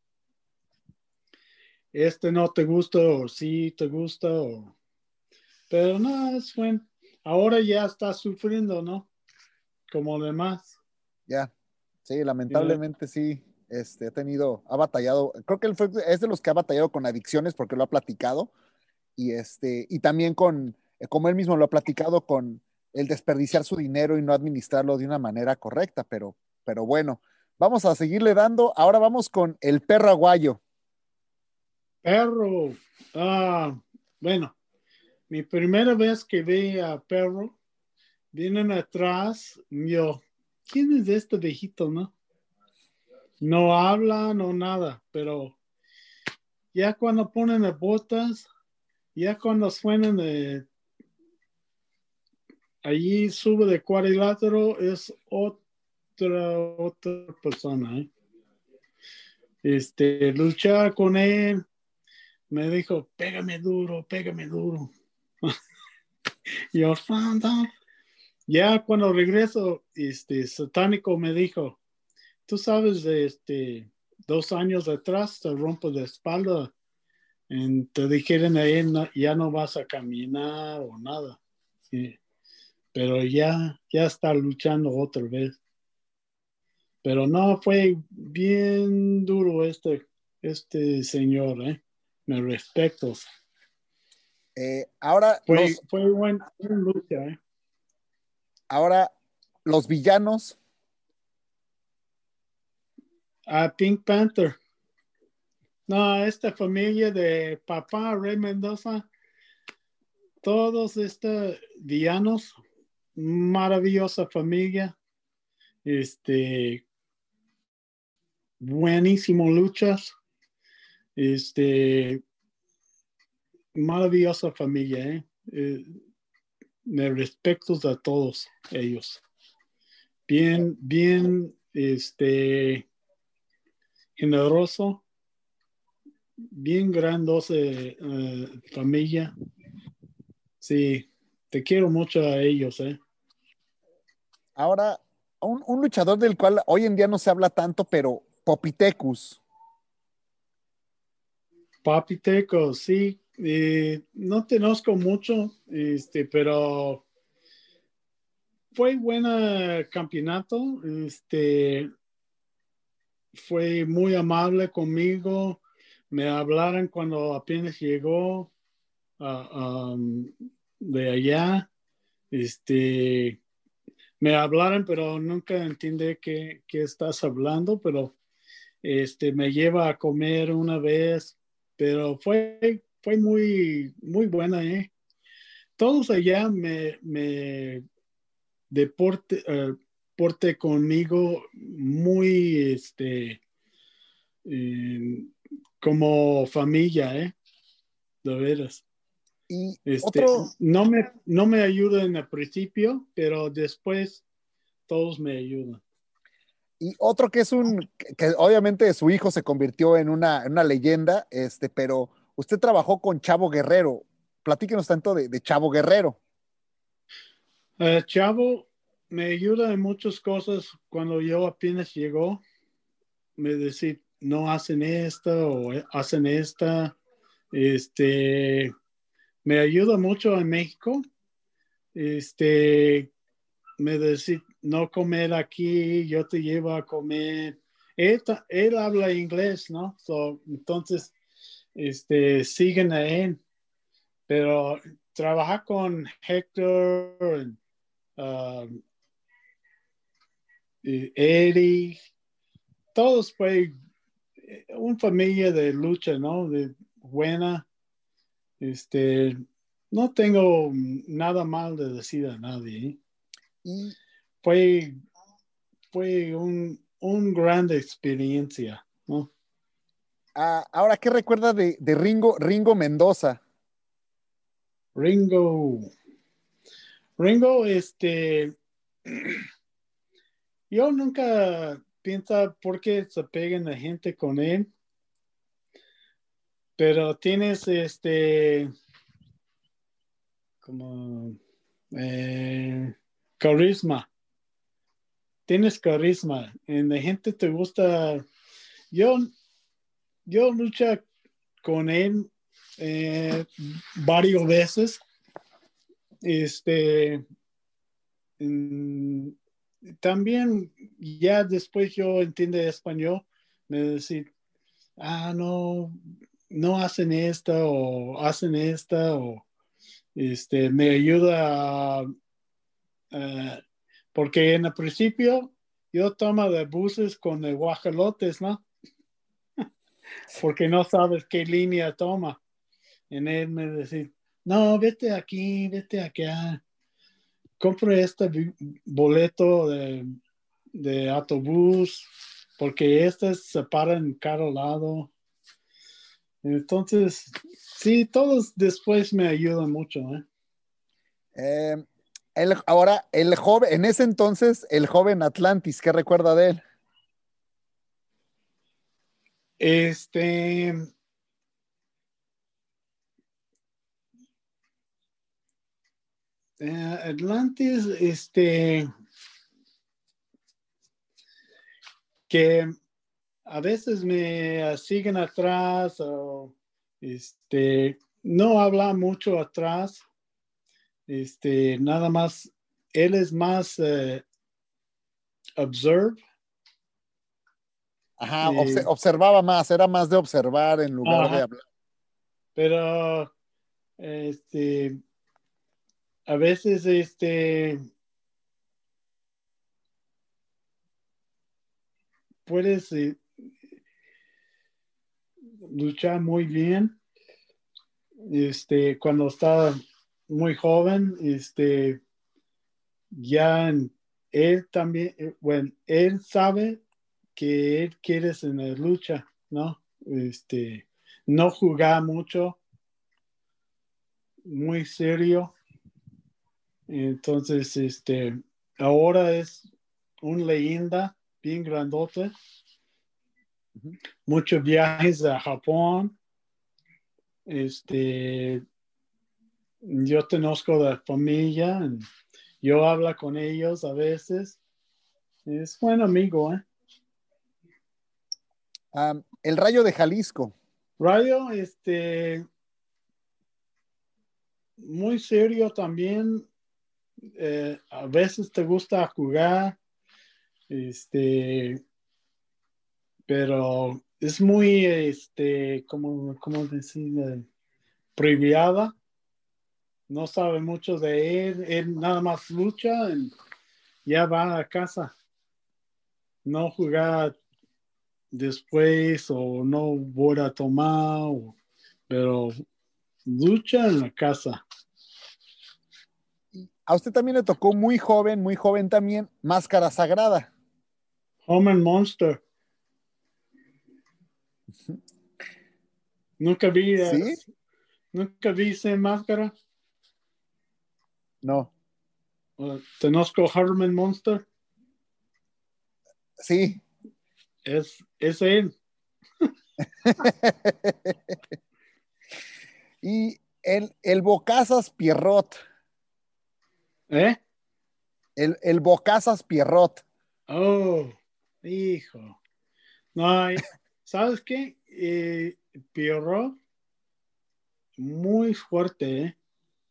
no te gusta o sí te gusta, pero no, es bueno. Ahora ya está sufriendo, ¿no? Como demás. Ya, sí, lamentablemente sí, ha batallado, creo que es de los que ha batallado con adicciones porque lo ha platicado, y también como él mismo lo ha platicado, con el desperdiciar su dinero y no administrarlo de una manera correcta, pero bueno, vamos a seguirle dando. Ahora vamos con el perro aguayo. Perro. Bueno, mi primera vez que vi a Perro, vienen atrás, yo, ¿quién es este viejito, no? No habla, no nada, pero ya cuando ponen las botas, ya cuando suenan allí sube de cuadrilátero, es otra persona, luchar con él, me dijo, pégame duro. Yo, ya cuando regreso, Satánico me dijo, tú sabes, 2 años atrás te rompo la espalda, te dijeron a él, ya no vas a caminar o nada, sí. Pero ya está luchando otra vez. Pero no, fue bien duro este señor, me respeto. Ahora, fue buena lucha, Ahora, los villanos. Pink Panther. No, esta familia de papá, Rey Mendoza, todos estos villanos, maravillosa familia, buenísimo luchas, maravillosa familia, me respeto a todos ellos. Bien, generoso, bien grandosa familia. Sí, te quiero mucho a ellos, Ahora, un luchador del cual hoy en día no se habla tanto, pero Popitecus. Popitecus, sí. No te conozco mucho, pero fue buen campeonato. Fue muy amable conmigo. Me hablaron cuando apenas llegó de allá. Me hablaron, pero nunca entendí qué estás hablando, pero me lleva a comer una vez, pero fue muy, muy buena, todos allá me porte conmigo muy, como familia, de veras. Y otro, No me ayuda en el principio, pero después todos me ayudan. y otro que que obviamente su hijo se convirtió en una leyenda, pero usted trabajó con Chavo Guerrero. Platíquenos tanto de Chavo Guerrero. Chavo me ayuda en muchas cosas. Cuando yo apenas llegó, me decía, no hacen esta o hacen esta. Me ayuda mucho en México. Me decía, no comer aquí, yo te llevo a comer. Él habla inglés, ¿no? Entonces, siguen a él. Pero trabajar con Héctor, y Eddie, todos fue una familia de lucha, ¿no? De buena. No tengo nada mal de decir a nadie. Y Fue un gran experiencia, ¿no? ahora, ¿qué recuerda de Ringo Mendoza? Ringo, yo nunca pienso por qué se pegan la gente con él, pero tienes como carisma. Tienes carisma. Y la gente te gusta. Yo luché con él varias veces. También ya después yo entiendo español, me decía, no hacen esta o hacen esta o me ayuda porque en el principio yo tomo de buses con el guajolotes, ¿no? Porque no sabes qué línea toma. En él me decía, no, vete aquí, vete acá. Compre este boleto de autobús porque estos se paran en cada lado. Entonces, sí, todos después me ayudan mucho, ¿eh? Ahora, el joven, en ese entonces, el joven Atlantis, ¿qué recuerda de él? Atlantis, que a veces me siguen atrás o no habla mucho atrás. Nada más, él es más observe. Ajá, observaba más, era más de observar en lugar de hablar. Pero a veces puedes luchar muy bien cuando está muy joven, ya él también, bueno, él sabe que él quiere en la lucha, ¿no? No jugar mucho, muy serio. Entonces, ahora es una leyenda bien grandote. Uh-huh. Muchos viajes a Japón. Yo conozco la familia. Yo hablo con ellos a veces. Es buen amigo, ¿eh? El Rayo de Jalisco. Rayo, muy serio también. A veces te gusta jugar, pero es muy, ¿cómo decir? Privada. No sabe mucho de él. Él nada más lucha y ya va a casa. No jugar después o no voy a tomar, pero lucha en la casa. a usted también le tocó muy joven también, Máscara Sagrada. Homer Monster. Nunca vi, ¿Sí? nunca vi esa máscara. No. Conozco Herman Monster. Sí. Es él. Y el Bocazas Pierrot. ¿Eh? El Bocazas Pierrot. Oh, hijo. No, ¿sabes qué? Pierrot, muy fuerte, ¿eh?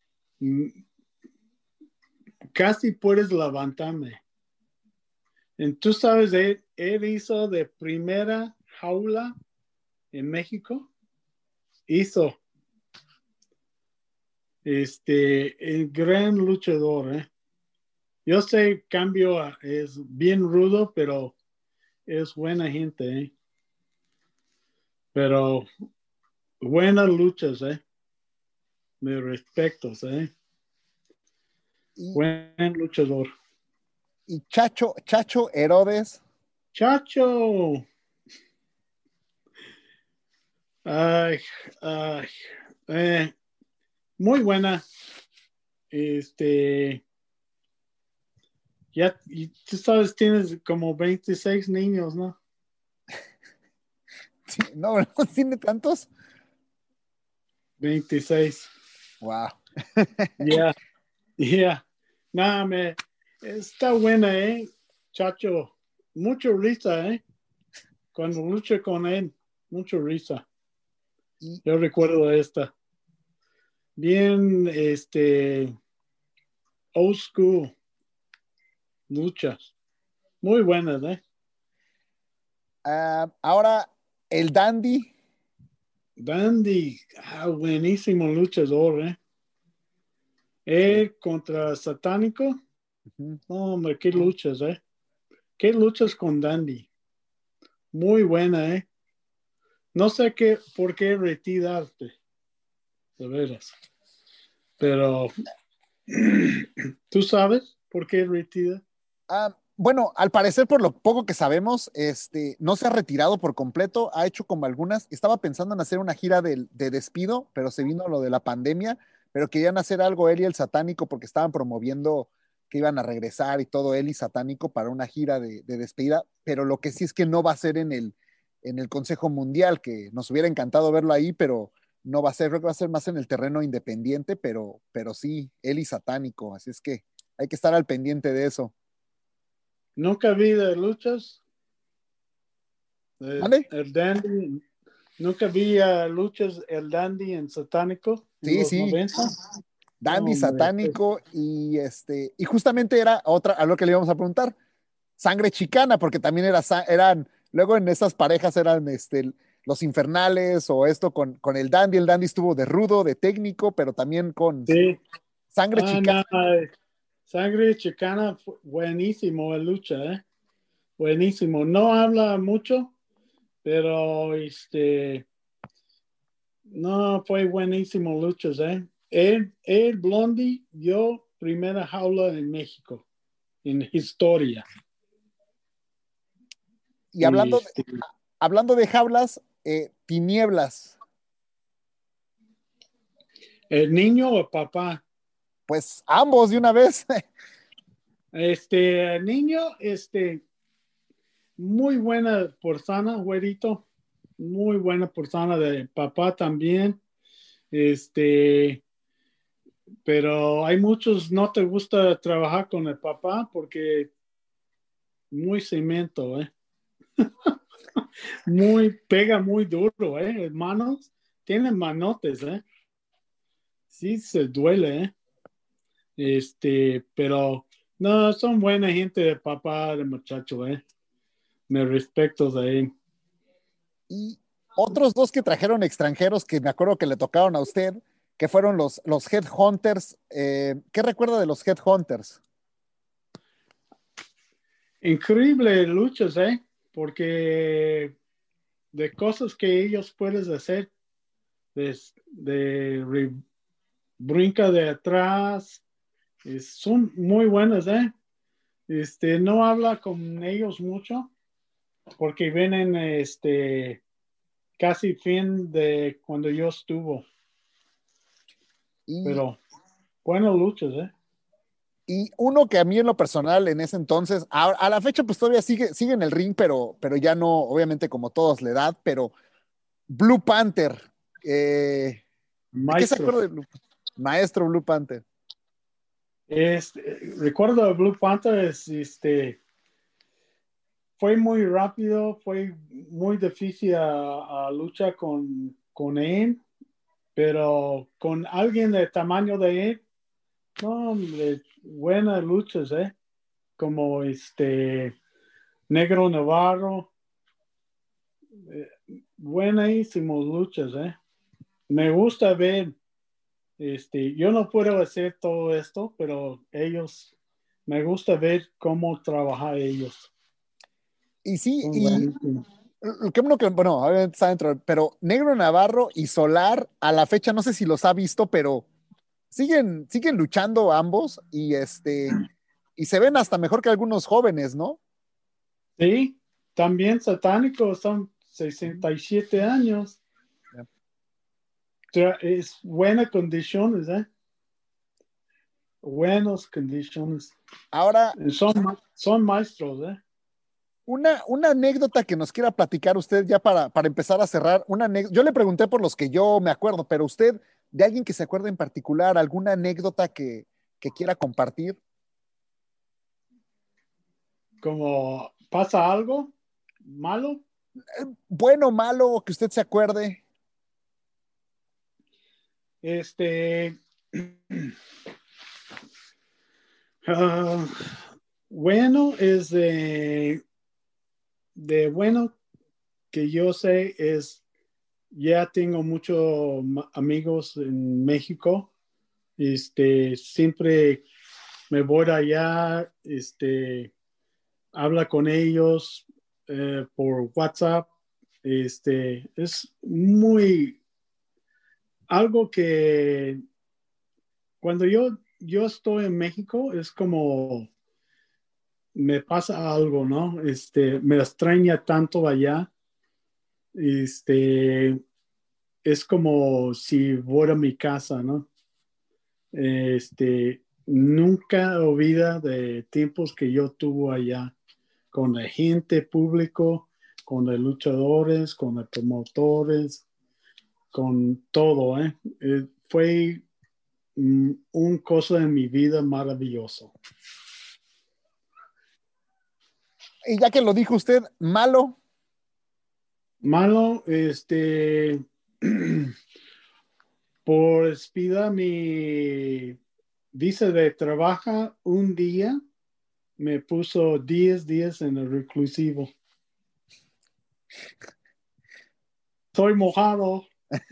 Casi puedes levantarme. ¿Tú sabes, él hizo de primera jaula en México? Hizo. El gran luchador, ¿eh? Yo sé, cambio, es bien rudo, pero es buena gente, ¿eh? Pero buenas luchas, ¿eh? Me respetos, ¿eh? Y, Buen luchador. y Chacho Herodes. Chacho. Ay, ay, muy buena. Ya, y tú sabes, tienes como 26 niños, ¿no? Sí, no, no tiene tantos. 26. Wow. Yeah, yeah. Nada, está buena, ¿eh? Chacho. Mucho risa, ¿eh? Cuando luché con él, mucho risa. Y, Yo recuerdo esta. Bien, old school luchas. Muy buenas, ¿eh? ahora el Dandy. Dandy, buenísimo luchador, ¿eh? Él contra Satánico. Uh-huh. Hombre, qué luchas, ¿eh? Qué luchas con Dandy. Muy buena, ¿eh? No sé por qué retirarte, de veras. Pero, ¿tú sabes por qué retira? Bueno, al parecer, por lo poco que sabemos, no se ha retirado por completo, ha hecho como algunas, estaba pensando en hacer una gira de despido, pero se vino lo de la pandemia, pero querían hacer algo él y el Satánico porque estaban promoviendo que iban a regresar y todo él y Satánico para una gira de despedida, pero lo que sí es que no va a ser en el Consejo Mundial, que nos hubiera encantado verlo ahí, pero no va a ser, creo que va a ser más en el terreno independiente, pero sí, él y Satánico, así es que hay que estar al pendiente de eso. Nunca vi de luchas. ¿Vale? El Dandy. Nunca vi luchas el Dandy en Satánico en Sí, los sí, 90. Dandy Hombre, Satánico y justamente era otra, a lo que le íbamos a preguntar, sangre chicana, porque también eran, luego en esas parejas eran los infernales o esto con el Dandy estuvo de rudo, de técnico, pero también con sí. sangre chicana. No, Sangre Chicana, buenísimo la lucha, ¿eh? Buenísimo. No habla mucho, pero no, fue buenísimo luchas, ¿eh? El Blondie dio primera jaula en México, en historia. Y hablando de jaulas, tinieblas, El niño o papá. pues ambos de una vez. El niño, muy buena persona, güerito. Muy buena persona de papá también. Pero hay muchos no te gusta trabajar con el papá porque muy cemento, pega muy duro, hermanos, tienen manotes, sí se duele, pero no, son buena gente de papá, de muchacho, me respeto de él. Y otros dos que trajeron extranjeros que me acuerdo que le tocaron a usted, que fueron los Headhunters. ¿Qué recuerda de los Headhunters? Increíble luchas, porque de cosas que ellos pueden hacer, brinca de atrás, Son muy buenas, ¿eh? No habla con ellos mucho porque vienen casi fin de cuando yo estuvo. Y, Pero buenas luchas, ¿eh? y uno que a mí en lo personal en ese entonces, a la fecha pues todavía sigue en el ring, pero ya no, obviamente como todos la edad, pero Blue Panther. ¿De qué se Maestro. acuerda de Maestro Blue Panther? Recuerdo de Blue Panther, fue muy rápido, fue muy difícil a luchar con él, pero con alguien del tamaño de él, no, hombre, buenas luchas, como Negro Navarro, buenísimas luchas, Me gusta ver, yo no puedo hacer todo esto, pero me gusta ver cómo trabajar ellos. Y sí, Son y buenísimos. qué bueno que, bueno, obviamente está dentro, pero Negro Navarro y Solar, a la fecha, no sé si los ha visto, pero siguen luchando ambos y se ven hasta mejor que algunos jóvenes, ¿no? Sí, también satánicos, son 67 años. Ya. O sea, es buenas condiciones, Buenas condiciones. Ahora, Son maestros, una anécdota que nos quiera platicar usted ya para empezar a cerrar. Yo le pregunté por los que yo me acuerdo, pero usted, de alguien que se acuerde en particular, alguna anécdota que quiera compartir. Como pasa algo malo. Bueno, malo, que usted se acuerde. ah, bueno, es de bueno que yo sé es, ya tengo muchos amigos en México. Siempre me voy allá, habla con ellos por WhatsApp. Es muy algo que cuando yo estoy en México es como me pasa algo, ¿no? Me extraña tanto allá. Es como si fuera mi casa, ¿no? Nunca olvida de tiempos que yo tuve allá con la gente público, con los luchadores, con los promotores, con todo, fue un cosa en mi vida maravilloso. Y ya que lo dijo usted, malo. Malo, por expida mi visa de trabajo un día, me puso 10 días en el reclusivo. Soy mojado.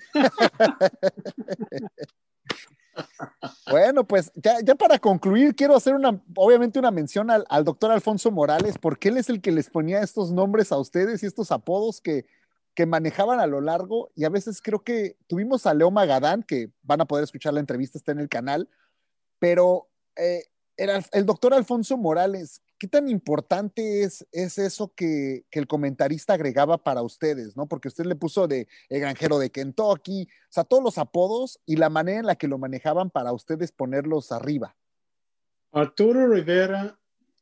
Bueno, pues ya para concluir, quiero hacer obviamente una mención al doctor Alfonso Morales, porque él es el que les ponía estos nombres a ustedes y estos apodos que manejaban a lo largo, y a veces creo que tuvimos a Leo Magadán, que van a poder escuchar la entrevista, está en el canal, pero el doctor Alfonso Morales, ¿qué tan importante es eso que el comentarista agregaba para ustedes, ¿no? Porque usted le puso de el granjero de Kentucky, o sea, todos los apodos y la manera en la que lo manejaban para ustedes ponerlos arriba. Arturo Rivera,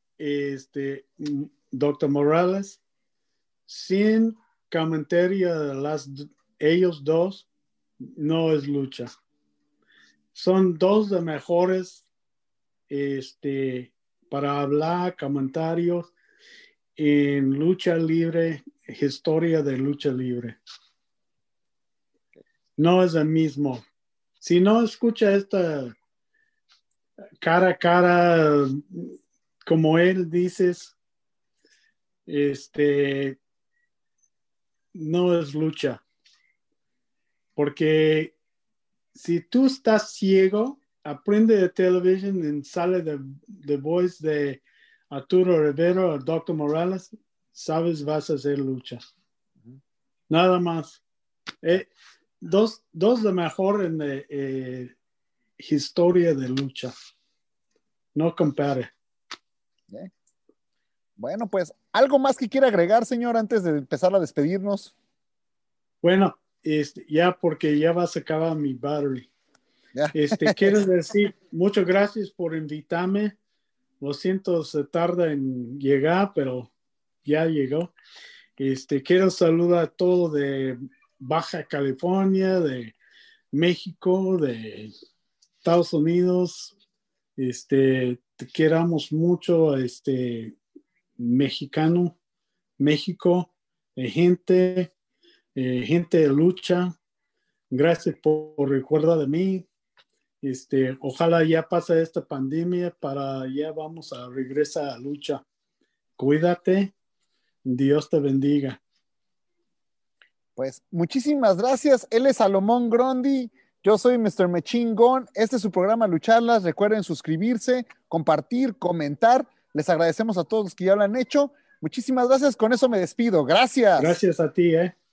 Dr. Morales, sin comentario de ellos dos, no es lucha. Son dos de mejores para hablar, comentarios en lucha libre, historia de lucha libre. No es el mismo. Si no escucha esta cara a cara, como él dices, no es lucha. Porque si tú estás ciego, aprende de televisión y sale de voz de Arturo Rivera o Dr. Morales, sabes, vas a hacer lucha. Nada más. Dos de mejor en la historia de lucha. No compare. Bueno, pues, ¿algo más que quiera agregar, señor, antes de empezar a despedirnos? Bueno, ya porque ya vas a acabar mi battery. Ya. Quiero decir, muchas gracias por invitarme. Lo siento, se tarda en llegar, pero ya llegó. Quiero saludar a todos de Baja California, de México, de Estados Unidos. Te queramos mucho, mexicano, México, gente de lucha. Gracias por recordar de mí. Ojalá ya pase esta pandemia para ya vamos a regresar a la lucha. Cuídate. Dios te bendiga. Pues muchísimas gracias. Él es Salomón Grondi. Yo soy Mr. Mechingón. Este es su programa Lucharlas. Recuerden suscribirse, compartir, comentar. Les agradecemos a todos los que ya lo han hecho. Muchísimas gracias. Con eso me despido. Gracias. Gracias a ti,